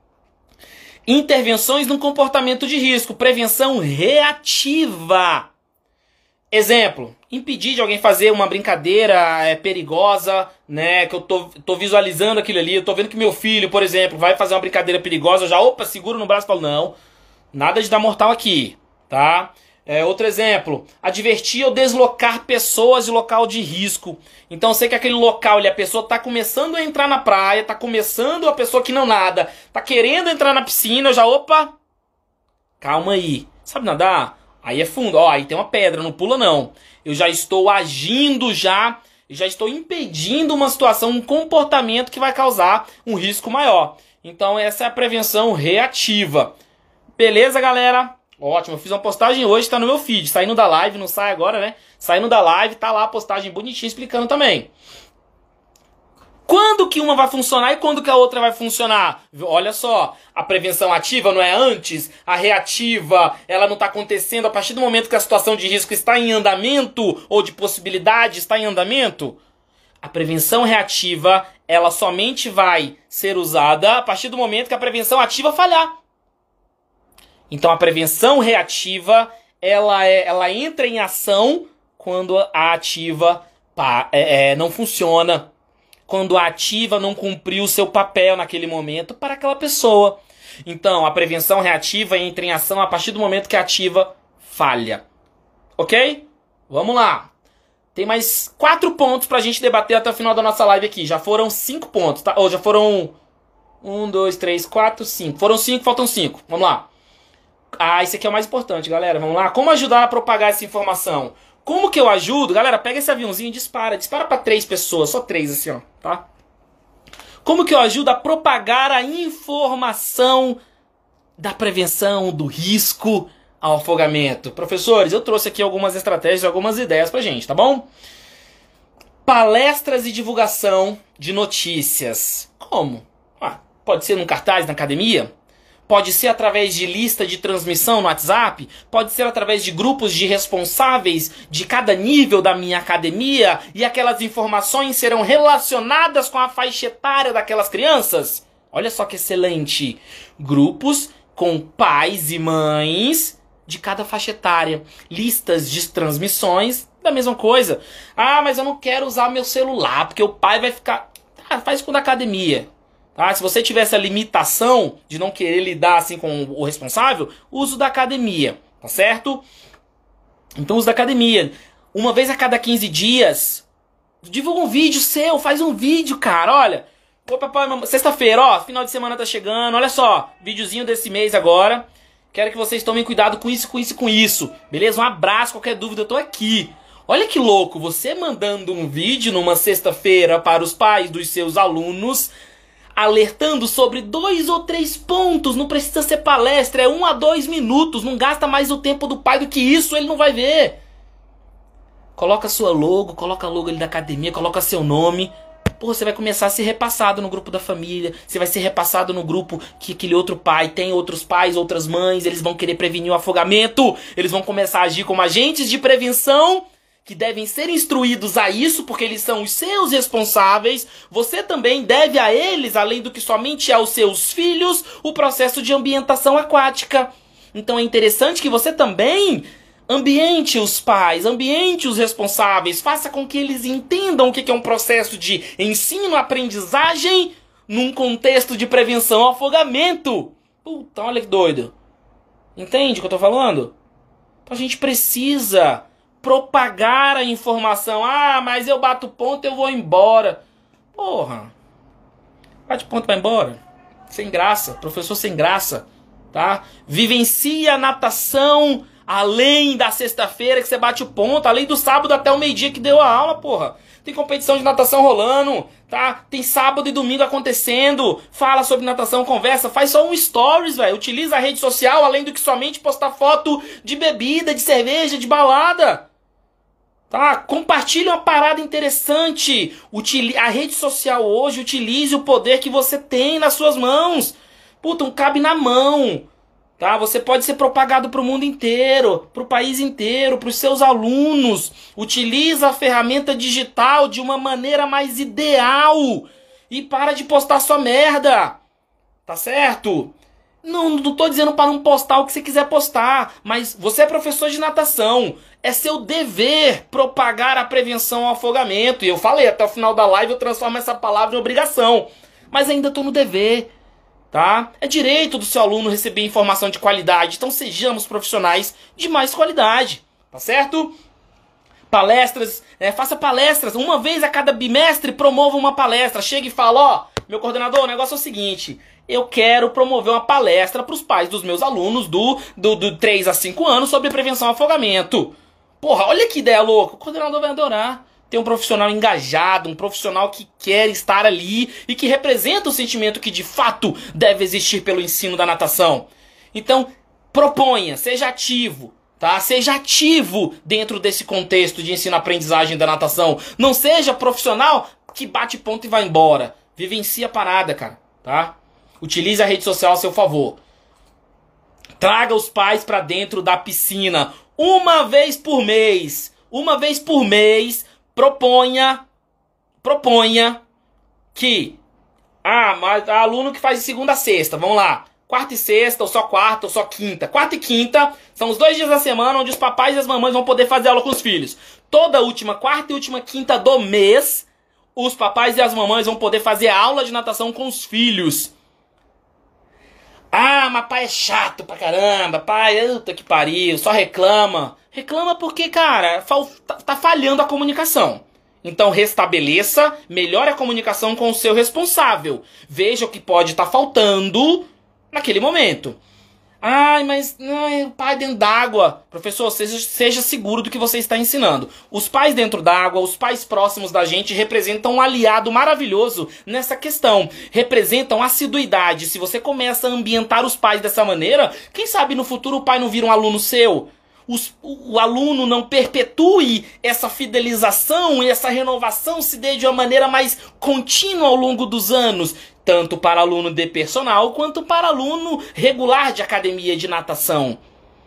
Intervenções no comportamento de risco. Prevenção reativa. Exemplo, impedir de alguém fazer uma brincadeira é, perigosa, né? Que eu tô, tô visualizando aquilo ali. Eu tô vendo que meu filho, por exemplo, vai fazer uma brincadeira perigosa. Eu já, opa, seguro no braço e falo, não, nada de dar mortal aqui. Tá? É, outro exemplo, advertir ou deslocar pessoas de local de risco. Então eu sei que aquele local ali, a pessoa está começando a entrar na praia, está começando a pessoa que não nada, está querendo entrar na piscina, eu já, opa, calma aí, sabe nadar? Aí é fundo, ó, aí tem uma pedra, não pula não. Eu já estou agindo já já estou impedindo uma situação, um comportamento que vai causar um risco maior. Então essa é a prevenção reativa. Beleza, galera? Ótimo, eu fiz uma postagem hoje, tá no meu feed, saindo da live, não sai agora, né? Saindo da live, tá lá a postagem bonitinha explicando também. Quando que uma vai funcionar e quando que a outra vai funcionar? Olha só, a prevenção ativa não é antes, a reativa, ela não está acontecendo a partir do momento que a situação de risco está em andamento ou de possibilidade está em andamento. A prevenção reativa, ela somente vai ser usada a partir do momento que a prevenção ativa falhar. Então a prevenção reativa, ela, é, ela entra em ação quando a ativa pá, é, é, não funciona. Quando a ativa não cumpriu o seu papel naquele momento para aquela pessoa. Então, a prevenção reativa entra em ação a partir do momento que a ativa falha. Ok? Vamos lá. Tem mais quatro pontos para a gente debater até o final da nossa live aqui. Já foram cinco pontos, tá? Ou já foram um, dois, três, quatro, cinco. Foram cinco, faltam cinco. Vamos lá. Ah, esse aqui é o mais importante, galera. Vamos lá. Como ajudar a propagar essa informação? Como que eu ajudo? Galera, pega esse aviãozinho e dispara. Dispara para três pessoas, só três assim, ó, tá? Como que eu ajudo a propagar a informação da prevenção, do risco ao afogamento? Professores, eu trouxe aqui algumas estratégias, algumas ideias pra gente, tá bom? Palestras e divulgação de notícias. Como? Ah, pode ser num cartaz na academia? Pode ser através de lista de transmissão no WhatsApp, pode ser através de grupos de responsáveis de cada nível da minha academia e aquelas informações serão relacionadas com a faixa etária daquelas crianças. Olha só que excelente! Grupos com pais e mães de cada faixa etária, listas de transmissões da mesma coisa. Ah, mas eu não quero usar meu celular porque o pai vai ficar... Ah, faz com o da academia. Tá? Se você tiver essa limitação de não querer lidar assim com o responsável, uso da academia, tá certo? Então uso da academia. Uma vez a cada quinze dias, divulga um vídeo seu, faz um vídeo, cara, olha. Ô papai, sexta-feira, ó, final de semana tá chegando, olha só, videozinho desse mês agora. Quero que vocês tomem cuidado com isso, com isso, com isso. Beleza? Um abraço, qualquer dúvida eu tô aqui. Olha que louco, você mandando um vídeo numa sexta-feira para os pais dos seus alunos, alertando sobre dois ou três pontos, não precisa ser palestra, é um a dois minutos, não gasta mais o tempo do pai do que isso, ele não vai ver. Coloca sua logo, coloca a logo ali da academia, coloca seu nome. Pô, você vai começar a ser repassado no grupo da família, você vai ser repassado no grupo que aquele outro pai tem outros pais, outras mães, eles vão querer prevenir o afogamento, eles vão começar a agir como agentes de prevenção, que devem ser instruídos a isso, porque eles são os seus responsáveis. Você também deve a eles, além do que somente aos seus filhos, o processo de ambientação aquática. Então é interessante que você também ambiente os pais, ambiente os responsáveis, faça com que eles entendam o que é um processo de ensino-aprendizagem num contexto de prevenção ao afogamento. Puta, olha que doido. Entende o que eu tô falando? Então a gente precisa propagar a informação. Ah, mas eu bato ponto e eu vou embora. Porra. Bate ponto e vai embora. Sem graça. Professor sem graça. Tá? Vivencia a natação além da sexta-feira que você bate o ponto. Além do sábado até o meio-dia que deu a aula, porra. Tem competição de natação rolando. Tá? Tem sábado e domingo acontecendo. Fala sobre natação, conversa. Faz só um stories, velho. Utiliza a rede social além do que somente postar foto de bebida, de cerveja, de balada. Tá? Compartilhe uma parada interessante. Utili- a rede social hoje, utilize o poder que você tem nas suas mãos. Puta, um cabe na mão. Tá? Você pode ser propagado para o mundo inteiro, para o país inteiro, para os seus alunos. Utiliza a ferramenta digital de uma maneira mais ideal. E para de postar sua merda. Tá certo? Não, não tô dizendo para não postar o que você quiser postar, mas você é professor de natação. É seu dever propagar a prevenção ao afogamento. E eu falei, até o final da live eu transformo essa palavra em obrigação. Mas ainda tô no dever. Tá? É direito do seu aluno receber informação de qualidade. Então sejamos profissionais de mais qualidade. Tá certo? Palestras, é, faça palestras. Uma vez a cada bimestre promova uma palestra. Chega e fala, ó, meu coordenador, o negócio é o seguinte. Eu quero promover uma palestra para os pais dos meus alunos do, do, do três a cinco anos sobre prevenção ao afogamento. Porra, olha que ideia louca. O coordenador vai adorar. ter um profissional engajado, um profissional que quer estar ali e que representa o sentimento que de fato deve existir pelo ensino da natação. Então, proponha, seja ativo, tá? Seja ativo dentro desse contexto de ensino-aprendizagem da natação. Não seja profissional que bate ponto e vai embora. Vivencie a parada, cara, tá? Utilize a rede social a seu favor. Traga os pais para dentro da piscina uma vez por mês. Uma vez por mês, proponha, proponha que, ah, mas aluno que faz de segunda a sexta, vamos lá, quarta e sexta, ou só quarta, ou só quinta. Quarta e quinta são os dois dias da semana onde os papais e as mamães vão poder fazer aula com os filhos. Toda última quarta e última quinta do mês, os papais e as mamães vão poder fazer aula de natação com os filhos. Ah, mas pai é chato pra caramba, pai, puta que pariu, só reclama. Reclama porque, cara, tá, tá falhando a comunicação. Então restabeleça, melhore a comunicação com o seu responsável. Veja o que pode estar faltando naquele momento. Ai, mas ai, o pai dentro d'água. Professor, seja, seja seguro do que você está ensinando. Os pais dentro d'água, os pais próximos da gente representam um aliado maravilhoso nessa questão. Representam assiduidade. Se você começa a ambientar os pais dessa maneira, quem sabe no futuro o pai não vira um aluno seu? Os, o, o aluno não perpetue essa fidelização e essa renovação se dê de uma maneira mais contínua ao longo dos anos, tanto para aluno de personal quanto para aluno regular de academia de natação.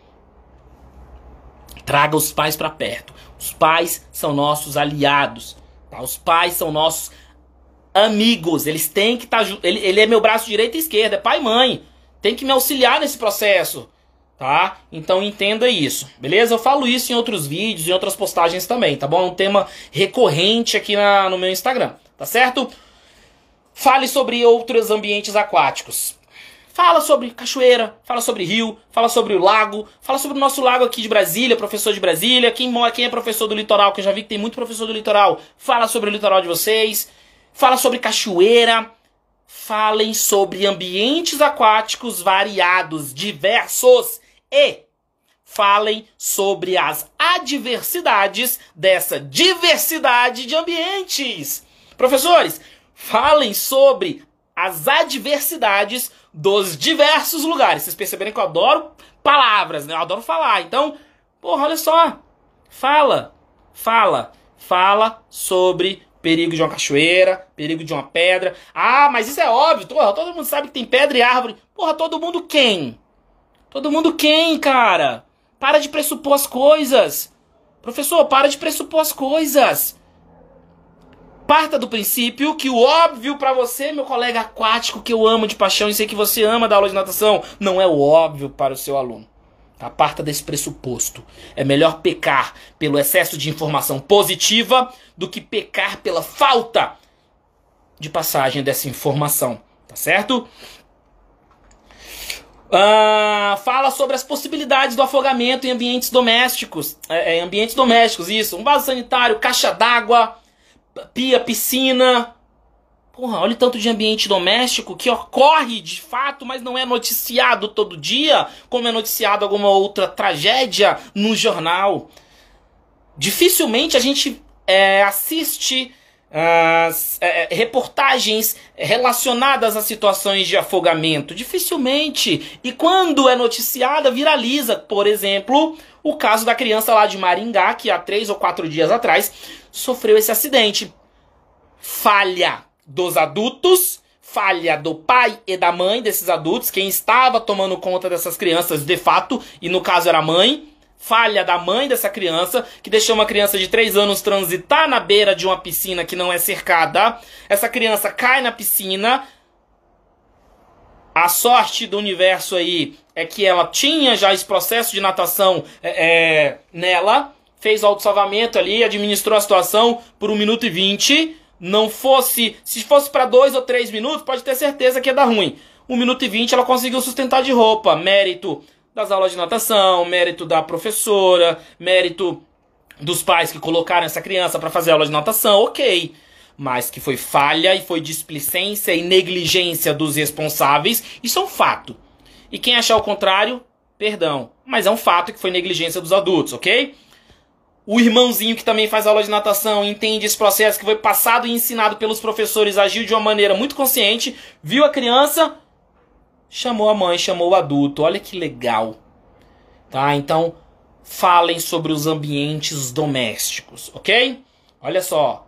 Traga os pais para perto. Os pais são nossos aliados, tá? Os pais são nossos amigos. Eles têm que estar. Tá, ele, ele é meu braço direito e esquerdo, é pai e mãe. Tem que me auxiliar nesse processo. Tá? Então entenda isso, beleza? Eu falo isso em outros vídeos, em outras postagens também, tá bom? É um tema recorrente aqui na, no meu Instagram, tá certo? Fale sobre outros ambientes aquáticos. Fala sobre cachoeira, fala sobre rio, fala sobre o lago, fala sobre o nosso lago aqui de Brasília, professor de Brasília, quem mora, quem é professor do litoral, que eu já vi que tem muito professor do litoral, fala sobre o litoral de vocês, fala sobre cachoeira, falem sobre ambientes aquáticos variados, diversos. E falem sobre as adversidades dessa diversidade de ambientes. Professores, falem sobre as adversidades dos diversos lugares. Vocês perceberam que eu adoro palavras, né? Eu adoro falar. Então, porra, olha só. Fala, fala, fala sobre perigo de uma cachoeira, perigo de uma pedra. Ah, mas isso é óbvio. Porra, todo mundo sabe que tem pedra e árvore. Porra, todo mundo quem? Todo mundo quem, cara? Para de pressupor as coisas. Professor, para de pressupor as coisas. Parta do princípio que o óbvio pra você, meu colega aquático, que eu amo de paixão e sei que você ama da aula de natação, não é o óbvio para o seu aluno. Tá? Parta desse pressuposto. É melhor pecar pelo excesso de informação positiva do que pecar pela falta de passagem dessa informação. Tá certo? Uh, fala sobre as possibilidades do afogamento em ambientes domésticos. É, é, ambientes domésticos, isso. Um vaso sanitário, caixa d'água, pia, piscina. Porra, olha o tanto de ambiente doméstico que ocorre de fato, mas não é noticiado todo dia, como é noticiado alguma outra tragédia no jornal. Dificilmente a gente é, assiste As, é, reportagens relacionadas a situações de afogamento. Dificilmente. E quando é noticiada, viraliza. Por exemplo, o caso da criança lá de Maringá, que há três ou quatro dias atrás sofreu esse acidente. Falha dos adultos, falha do pai e da mãe desses adultos, quem estava tomando conta dessas crianças de fato, e no caso era a mãe. Falha da mãe dessa criança, que deixou uma criança de três anos transitar na beira de uma piscina que não é cercada. Essa criança cai na piscina. A sorte do universo aí é que ela tinha já esse processo de natação é, é, nela. Fez o autossalvamento ali, administrou a situação por um minuto e vinte. Não fosse, se fosse para dois ou três minutos, pode ter certeza que ia dar ruim. um minuto e vinte ela conseguiu sustentar de roupa. Mérito das aulas de natação, mérito da professora, mérito dos pais que colocaram essa criança para fazer aula de natação, ok. Mas que foi falha e foi displicência e negligência dos responsáveis, isso é um fato. E quem achar o contrário, perdão. Mas é um fato que foi negligência dos adultos, ok? O irmãozinho que também faz aula de natação entende esse processo que foi passado e ensinado pelos professores, agiu de uma maneira muito consciente, viu a criança, chamou a mãe, chamou o adulto. Olha que legal. Tá? Então, falem sobre os ambientes domésticos, ok? Olha só.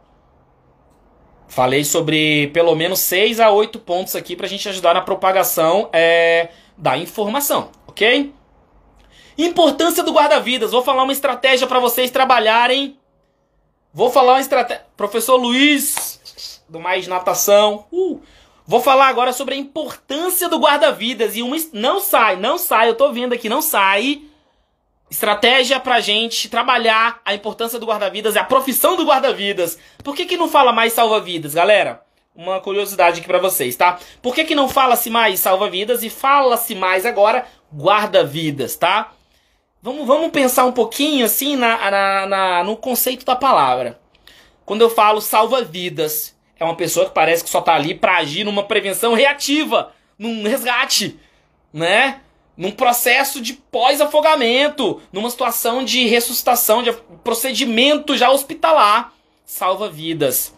Falei sobre pelo menos seis a oito pontos aqui pra gente ajudar na propagação é, da informação, ok? Importância do guarda-vidas. Vou falar uma estratégia para vocês trabalharem. Vou falar uma estratégia... Professor Luiz, do Mais Natação. Uh, vou falar agora sobre a importância do guarda-vidas. E uma... Não sai, não sai. Eu tô vendo aqui, não sai. Estratégia pra gente trabalhar a importância do guarda-vidas. É a profissão do guarda-vidas. Por que que não fala mais salva-vidas, galera? Uma curiosidade aqui pra vocês, tá? Por que que não fala-se mais salva-vidas e fala-se mais agora guarda-vidas, tá? Vamos, vamos pensar um pouquinho assim na, na, na, no conceito da palavra. Quando eu falo salva-vidas, é uma pessoa que parece que só tá ali pra agir numa prevenção reativa, num resgate, né? Num processo de pós-afogamento, numa situação de ressuscitação, de procedimento já hospitalar. Salva-vidas.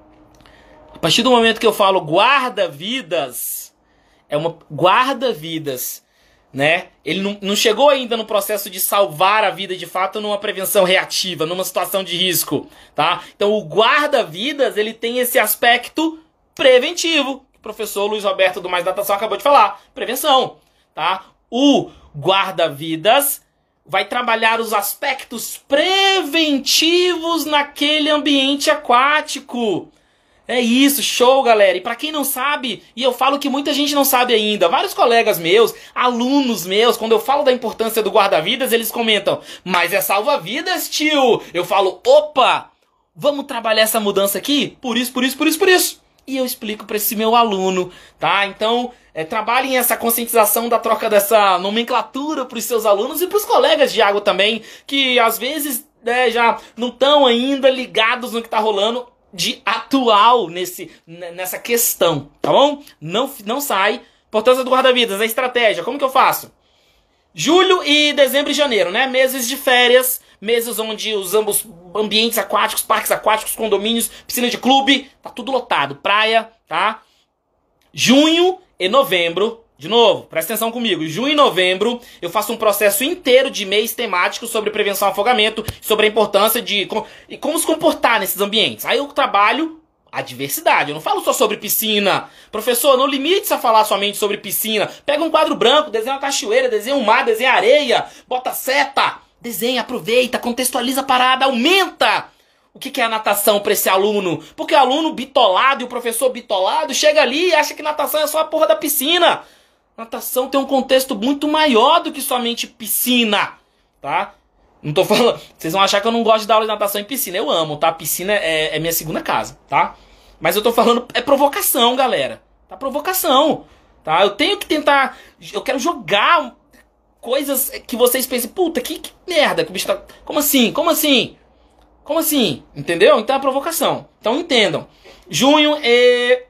A partir do momento que eu falo guarda-vidas, é uma guarda-vidas. Né? Ele não, não chegou ainda no processo de salvar a vida de fato numa prevenção reativa, numa situação de risco, tá? Então o guarda-vidas, ele tem esse aspecto preventivo, que o professor Luiz Roberto do Mais Natação acabou de falar, prevenção, tá? O guarda-vidas vai trabalhar os aspectos preventivos naquele ambiente aquático. É isso, show, galera. E pra quem não sabe, e eu falo que muita gente não sabe ainda, vários colegas meus, alunos meus, quando eu falo da importância do guarda-vidas, eles comentam, mas é salva-vidas, tio. Eu falo, opa, vamos trabalhar essa mudança aqui? Por isso, por isso, por isso, por isso. E eu explico pra esse meu aluno, tá? Então, é, trabalhem essa conscientização da troca dessa nomenclatura pros seus alunos e pros colegas de água também, que às vezes né, já não estão ainda ligados no que tá rolando de atual nesse, nessa questão, tá bom? Não, não sai. Importância do guarda-vidas, a estratégia, como que eu faço? Julho e dezembro e janeiro, né? Meses de férias, meses onde os ambos ambientes aquáticos, parques aquáticos, condomínios, piscina de clube, tá tudo lotado, praia, tá? Junho e novembro, de novo, presta atenção comigo, junho e novembro eu faço um processo inteiro de mês temático sobre prevenção ao afogamento, sobre a importância de como, e como se comportar nesses ambientes. Aí eu trabalho a diversidade, eu não falo só sobre piscina. Professor, não limite-se a falar somente sobre piscina. Pega um quadro branco, desenha uma cachoeira, desenha um mar, desenha areia, bota seta, desenha, aproveita, contextualiza a parada, aumenta o que que é a natação para esse aluno. Porque o aluno bitolado e o professor bitolado chega ali e acha que natação é só a porra da piscina. Natação tem um contexto muito maior do que somente piscina, tá? Não tô falando... Vocês vão achar que eu não gosto de dar aula de natação em piscina. Eu amo, tá? Piscina é, é minha segunda casa, tá? Mas eu tô falando... É provocação, galera. Tá? Provocação, tá? Eu tenho que tentar... Eu quero jogar coisas que vocês pensem... Puta, que, que merda que o bicho tá... Como assim? Como assim? Como assim? Entendeu? Então é provocação. Então entendam. Junho e...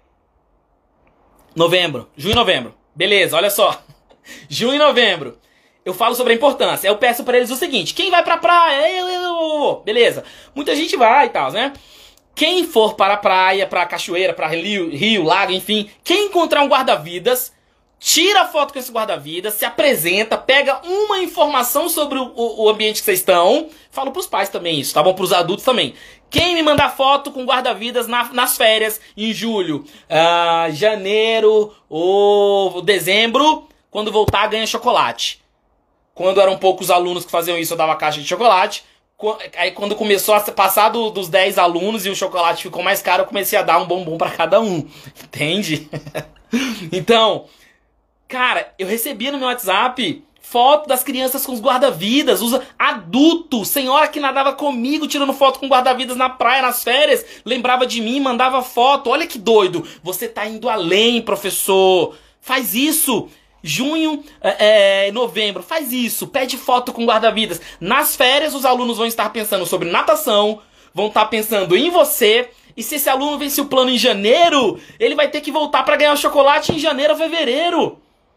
Novembro. Junho e novembro. Beleza, olha só. Junho e novembro. Eu falo sobre a importância. Eu peço pra eles o seguinte. Quem vai pra praia? Eu, eu, eu. Beleza. Muita gente vai e tal, né? Quem for para a praia, pra cachoeira, pra rio, rio, lago, enfim. Quem encontrar um guarda-vidas, tira a foto com esse guarda-vidas, se apresenta, pega uma informação sobre o, o, o ambiente que vocês estão. Falo pros pais também isso, tá bom? Pros adultos também. Quem me mandar foto com guarda-vidas na, nas férias, em julho, uh, janeiro ou dezembro, quando voltar ganha chocolate. Quando eram poucos alunos que faziam isso, eu dava caixa de chocolate. Aí quando começou a passar do, dos dez alunos e o chocolate ficou mais caro, eu comecei a dar um bombom pra cada um. Entende? Então, cara, eu recebia no meu WhatsApp foto das crianças com os guarda-vidas, usa adulto, senhora que nadava comigo tirando foto com guarda-vidas na praia, nas férias, lembrava de mim, mandava foto. Olha que doido, você tá indo além, professor. Faz isso. Junho, é, novembro, faz isso, pede foto com guarda-vidas. Nas férias os alunos vão estar pensando sobre natação, vão estar pensando em você. E se esse aluno vencer o plano em janeiro, ele vai ter que voltar para ganhar o chocolate em janeiro ou fevereiro.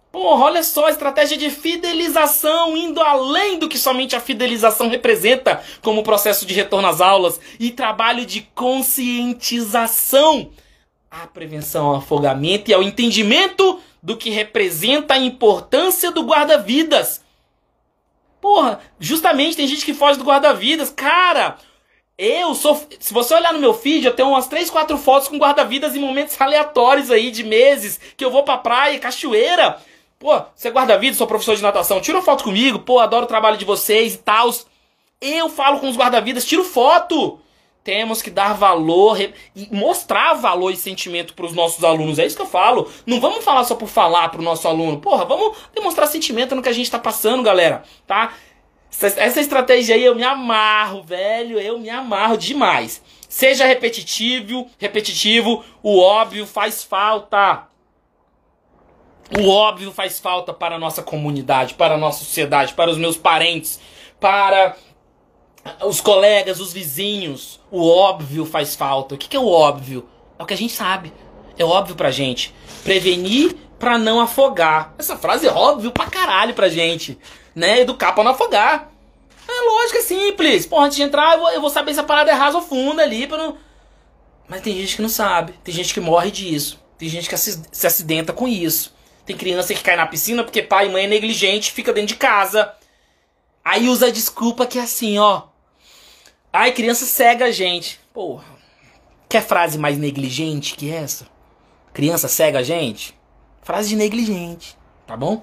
Porra, olha só a estratégia de fidelização, indo além do que somente a fidelização representa como processo de retorno às aulas e trabalho de conscientização à prevenção ao afogamento e ao entendimento do que representa a importância do guarda-vidas. Porra, justamente tem gente que foge do guarda-vidas. Cara, eu sou... Se você olhar no meu feed, eu tenho umas três, quatro fotos com guarda-vidas em momentos aleatórios aí de meses que eu vou pra praia, cachoeira. Pô, você é guarda-vidas, sou professor de natação, tira uma foto comigo, pô, adoro o trabalho de vocês e tal. Eu falo com os guarda-vidas, tiro foto. Temos que dar valor e mostrar valor e sentimento para os nossos alunos. É isso que eu falo. Não vamos falar só por falar para o nosso aluno. Porra, vamos demonstrar sentimento no que a gente está passando, galera. Tá? Essa, essa estratégia aí eu me amarro, velho. Eu me amarro demais. Seja repetitivo, repetitivo. O óbvio faz falta. O óbvio faz falta para a nossa comunidade, para a nossa sociedade, para os meus parentes, para os colegas, os vizinhos. O óbvio faz falta. O que é o óbvio? É o que a gente sabe. É óbvio pra gente. Prevenir pra não afogar. Essa frase é óbvio pra caralho pra gente. Né? Educar pra não afogar. É lógico, é simples. Porra, antes de entrar eu vou, eu vou saber se a parada é rasa ou funda ali pra não... Mas tem gente que não sabe. Tem gente que morre disso. Tem gente que se acidenta com isso. Tem criança que cai na piscina porque pai e mãe é negligente, fica dentro de casa. Aí usa a desculpa que é assim, ó. Ai, criança cega a gente. Porra. Quer frase mais negligente que essa? Criança cega a gente? Frase de negligente. Tá bom?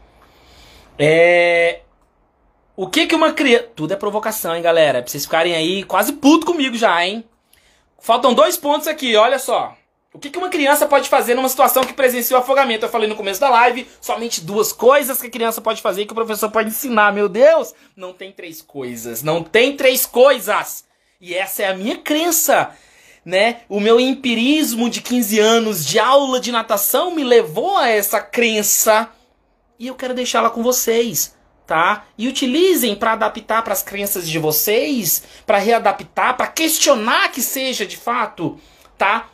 É... O que que uma criança... Tudo é provocação, hein, galera? É pra vocês ficarem aí quase puto comigo já, hein? Faltam dois pontos aqui, olha só. O que que uma criança pode fazer numa situação que presencia o afogamento? Eu falei no começo da live, somente duas coisas que a criança pode fazer e que o professor pode ensinar. Meu Deus, não tem três coisas, não tem três coisas. E essa é a minha crença, né? O meu empirismo de quinze anos de aula de natação me levou a essa crença e eu quero deixá-la com vocês, tá? E utilizem para adaptar para as crenças de vocês, para readaptar, para questionar que seja de fato, tá?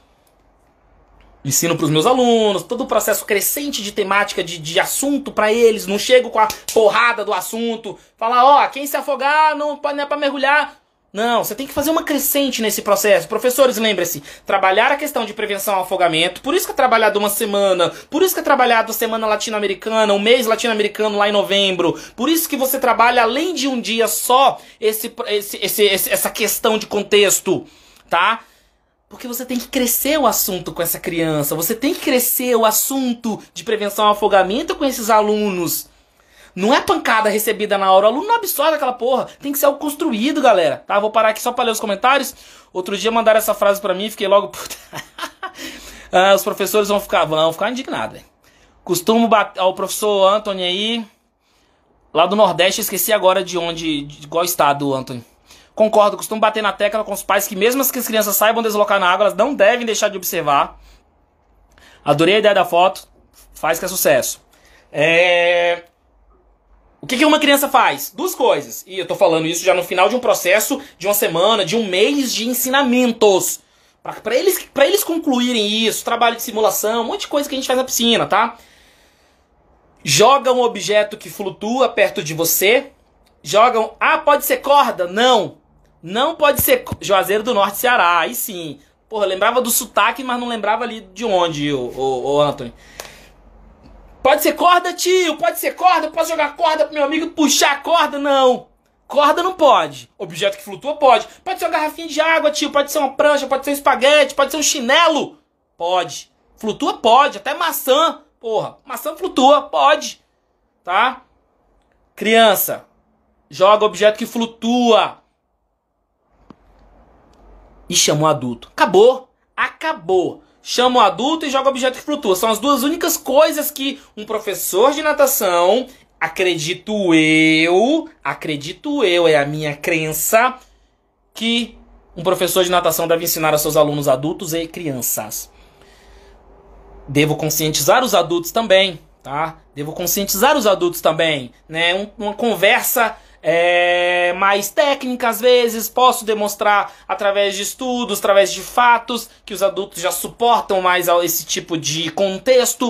Ensino para os meus alunos, todo o processo crescente de temática, de, de assunto para eles. Não chego com a porrada do assunto. Falar, ó, quem se afogar não, não é para mergulhar. Não, você tem que fazer uma crescente nesse processo. Professores, lembre-se, trabalhar a questão de prevenção ao afogamento. Por isso que é trabalhado uma semana. Por isso que é trabalhado a semana latino-americana, um mês latino-americano lá em novembro. Por isso que você trabalha, além de um dia só, esse, esse, esse, esse, essa questão de contexto, tá? Porque você tem que crescer o assunto com essa criança. Você tem que crescer o assunto de prevenção ao afogamento com esses alunos. Não é pancada recebida na hora. O aluno não absorve aquela porra. Tem que ser algo construído, galera. Tá? Vou parar aqui só pra ler os comentários. Outro dia mandaram essa frase pra mim e fiquei logo... Puta. ah, os professores vão ficar, vão ficar indignados. Costumo bater... Ó, o professor Anthony aí... Lá do Nordeste, esqueci agora de onde... De qual estado, Anthony. Concordo, costumo bater na tecla com os pais que mesmo que as crianças saibam deslocar na água, elas não devem deixar de observar. Adorei a ideia da foto, faz que é sucesso. É... O que que uma criança faz? Duas coisas. E eu tô falando isso já no final de um processo, de uma semana, de um mês de ensinamentos. Para eles, pra eles concluírem isso, trabalho de simulação, um monte de coisa que a gente faz na piscina, tá? Joga um objeto que flutua perto de você. Jogam... Ah, pode ser corda? Não. Não pode ser Juazeiro do Norte, Ceará. Aí sim. Porra, lembrava do sotaque, mas não lembrava ali de onde, o, o, o Anthony. Pode ser corda, tio? Pode ser corda? Posso jogar corda pro meu amigo puxar a corda? Não. Corda não pode. Objeto que flutua pode. Pode ser uma garrafinha de água, tio. Pode ser uma prancha, pode ser um espaguete, pode ser um chinelo. Pode. Flutua pode. Até maçã. Porra, maçã flutua. Pode. Tá? Criança. Joga objeto que flutua. E chama o adulto. Acabou. Acabou. Chama o adulto e joga objeto que flutua. São as duas únicas coisas que um professor de natação, acredito eu, acredito eu, é a minha crença, que um professor de natação deve ensinar aos seus alunos adultos e crianças. Devo conscientizar os adultos também, tá? Devo conscientizar os adultos também, né? Um, uma conversa... É, mais técnica às vezes, posso demonstrar através de estudos, através de fatos, que os adultos já suportam mais esse tipo de contexto,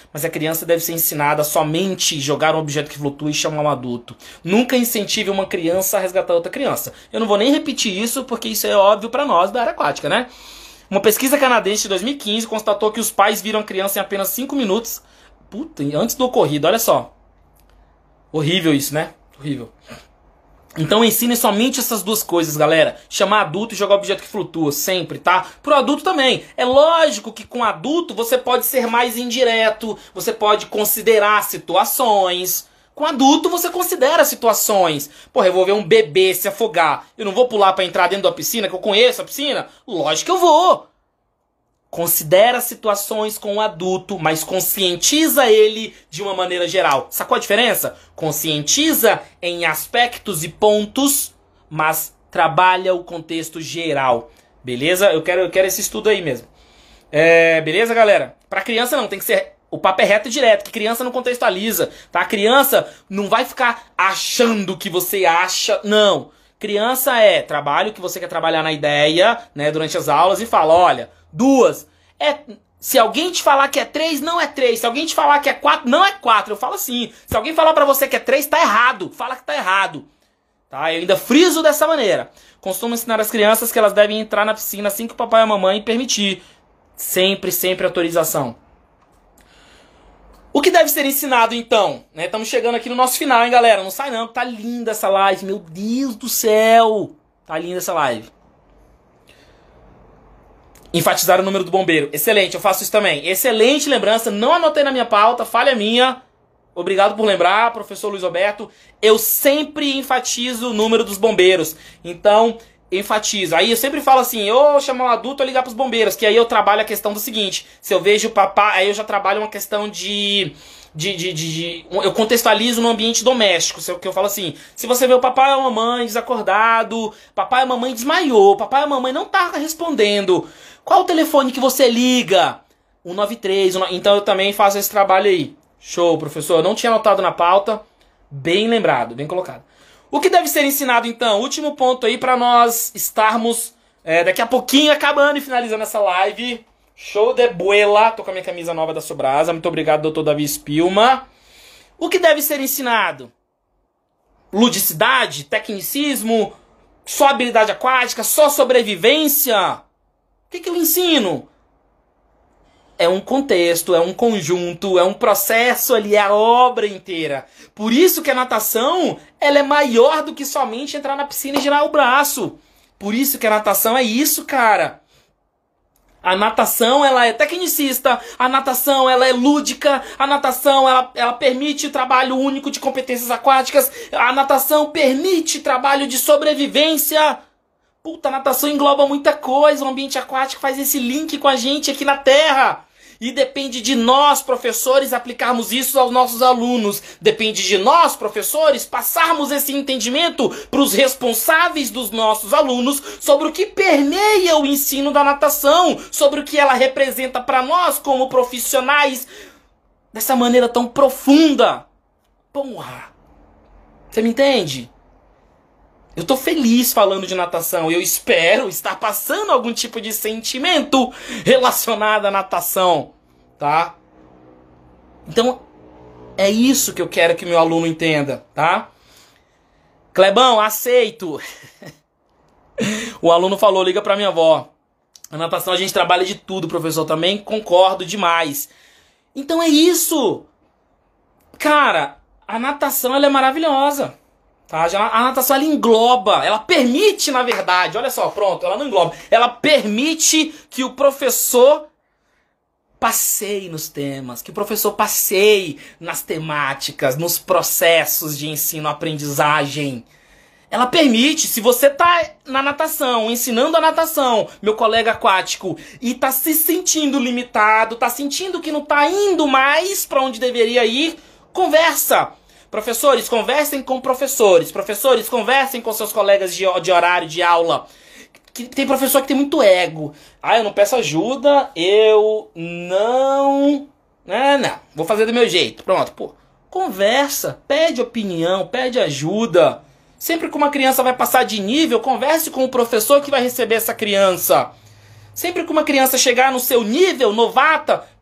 mas a criança deve ser ensinada a somente jogar um objeto que flutua e chamar um adulto. Nunca incentive uma criança a resgatar outra criança. Eu não vou nem repetir isso, porque isso é óbvio para nós da área aquática, né? Uma pesquisa canadense de dois mil e quinze constatou que os pais viram a criança em apenas cinco minutos. Puta, antes do ocorrido, olha só. Horrível isso, né? Horrível. Então ensine somente essas duas coisas, galera. Chamar adulto e jogar objeto que flutua, sempre, tá? Pro adulto também. É lógico que com adulto você pode ser mais indireto, você pode considerar situações. Com adulto você considera situações. Porra, eu vou ver um bebê se afogar. Eu não vou pular pra entrar dentro da piscina, que eu conheço a piscina? Lógico que eu vou. Considera situações com o adulto, mas conscientiza ele de uma maneira geral. Sacou a diferença? Conscientiza em aspectos e pontos, mas trabalha o contexto geral. Beleza? Eu quero, eu quero esse estudo aí mesmo. É, beleza, galera? Pra criança não, tem que ser... O papo é reto e direto, que criança não contextualiza, tá? A criança não vai ficar achando que você acha, não. Criança é trabalho que você quer trabalhar na ideia, né, durante as aulas e fala, olha... Duas. É, se alguém te falar que é três, não é três. Se alguém te falar que é quatro, não é quatro. Eu falo assim. Se alguém falar pra você que é três, tá errado. Fala que tá errado. Tá? Eu ainda friso dessa maneira. Costumo ensinar as crianças que elas devem entrar na piscina assim que o papai e a mamãe permitir. Sempre, sempre autorização. O que deve ser ensinado então? Né? Estamos chegando aqui no nosso final, hein, galera? Não sai não, tá linda essa live. Meu Deus do céu. Tá linda essa live. Enfatizar o número do bombeiro. Excelente, eu faço isso também. Excelente lembrança, não anotei na minha pauta, falha minha. Obrigado por lembrar, professor Luiz Roberto. Eu sempre enfatizo o número dos bombeiros. Então, enfatizo. Aí eu sempre falo assim, ou chamar um adulto ou ligar pros bombeiros. Que aí eu trabalho a questão do seguinte. Se eu vejo o papai, aí eu já trabalho uma questão de... De, de, de, de, eu contextualizo no ambiente doméstico, que eu falo assim, se você vê o papai ou a mamãe desacordado, papai ou a mamãe desmaiou, papai ou a mamãe não tá respondendo, qual o telefone que você liga? um nove três, então eu também faço esse trabalho aí. Show, professor, eu não tinha anotado na pauta, bem lembrado, bem colocado. O que deve ser ensinado então? Último ponto aí pra nós estarmos é, daqui a pouquinho acabando e finalizando essa live. Show de bola. Tô com a minha camisa nova da Sobrasa. Muito obrigado, doutor Davi Spilma. O que deve ser ensinado? Ludicidade? Tecnicismo? Só habilidade aquática? Só sobrevivência? O que, que eu ensino? É um contexto, é um conjunto, é um processo ali, é a obra inteira. Por isso que a natação ela é maior do que somente entrar na piscina e girar o braço. Por isso que a natação é isso, cara. A natação, ela é tecnicista, a natação, ela é lúdica, a natação, ela, ela permite o trabalho único de competências aquáticas, a natação permite trabalho de sobrevivência. Puta, a natação engloba muita coisa, o ambiente aquático faz esse link com a gente aqui na Terra. E depende de nós, professores, aplicarmos isso aos nossos alunos. Depende de nós, professores, passarmos esse entendimento para os responsáveis dos nossos alunos sobre o que permeia o ensino da natação, sobre o que ela representa para nós como profissionais dessa maneira tão profunda. Porra! Você me entende? Eu tô feliz falando de natação. Eu espero estar passando algum tipo de sentimento relacionado à natação, tá? Então, é isso que eu quero que meu aluno entenda, tá? Clebão, aceito. O aluno falou, liga pra minha avó. A natação a gente trabalha de tudo, professor. Também concordo demais. Então é isso. Cara, a natação ela é maravilhosa. Tá? A natação ela engloba, ela permite, na verdade, olha só, pronto, ela não engloba, ela permite que o professor passeie nos temas, que o professor passeie nas temáticas, nos processos de ensino-aprendizagem. Ela permite, se você tá na natação, ensinando a natação, meu colega aquático, e tá se sentindo limitado, tá sentindo que não tá indo mais para onde deveria ir, conversa. Professores, conversem com professores. Professores, conversem com seus colegas de, de horário de aula. Que tem professor que tem muito ego. Ah, eu não peço ajuda, eu não... Não, não, vou fazer do meu jeito. Pronto, pô. Conversa, pede opinião, pede ajuda. Sempre que uma criança vai passar de nível, converse com o professor que vai receber essa criança. Sempre que uma criança chegar no seu nível, novata,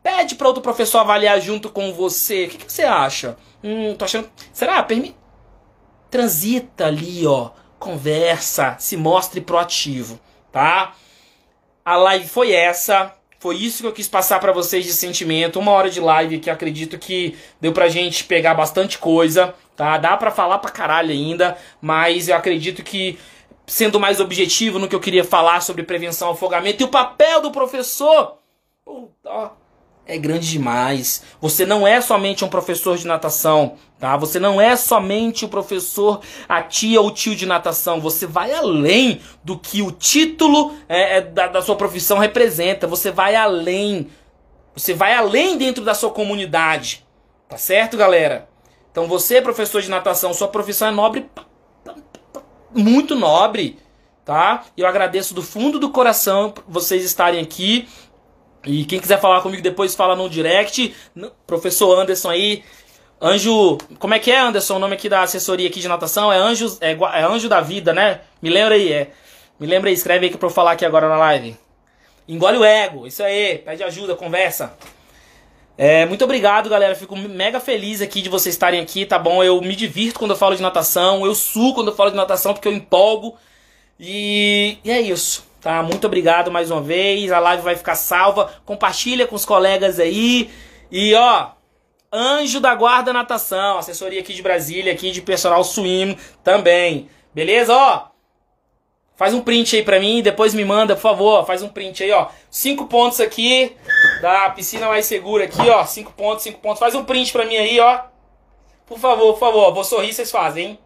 Pede para outro professor avaliar junto com você. O que, que você acha? Hum, tô achando... Será? Permi... Transita ali, ó. Conversa, se mostre proativo, tá? A live foi essa. Foi isso que eu quis passar pra vocês de sentimento. Uma hora de live que acredito que deu pra gente pegar bastante coisa, tá? Dá pra falar pra caralho ainda, mas eu acredito que, sendo mais objetivo no que eu queria falar sobre prevenção ao afogamento e o papel do professor, ó, é grande demais. Você não é somente um professor de natação, tá? Você não é somente o professor, a tia ou tio de natação. Você vai além do que o título é, é, da, da sua profissão representa. Você vai além. Você vai além dentro da sua comunidade. Tá certo, galera? Então você, professor de natação, sua profissão é nobre, muito nobre, tá? Eu agradeço do fundo do coração vocês estarem aqui. E quem quiser falar comigo depois, fala no direct. Professor Anderson aí. Anjo... Como é que é, Anderson? O nome aqui da assessoria aqui de natação é Anjo, é, é Anjo da Vida, né? Me lembra aí, é. Me lembra aí, escreve aí que é pra eu falar aqui agora na live. Engole o ego, isso aí. Pede ajuda, conversa. É, muito obrigado, galera. Fico mega feliz aqui de vocês estarem aqui, tá bom? Eu me divirto quando eu falo de natação. Eu suo quando eu falo de natação porque eu empolgo. E, e é isso. Tá, muito obrigado mais uma vez. A live vai ficar salva. Compartilha com os colegas aí. E ó, Anjo da Guarda Natação, assessoria aqui de Brasília, aqui de personal swim também. Beleza? Ó, faz um print aí pra mim, depois me manda, por favor. Faz um print aí, ó. Cinco pontos aqui da piscina mais segura aqui, ó. Cinco pontos, cinco pontos. Faz um print pra mim aí, ó. Por favor, por favor. Vou sorrir, vocês fazem, hein?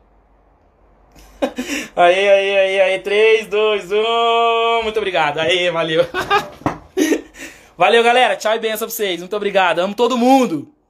Aí, aí, aí, aí, três, dois, um. Muito obrigado. Aí, valeu. Valeu, galera. Tchau e benção pra vocês. Muito obrigado. Amo todo mundo.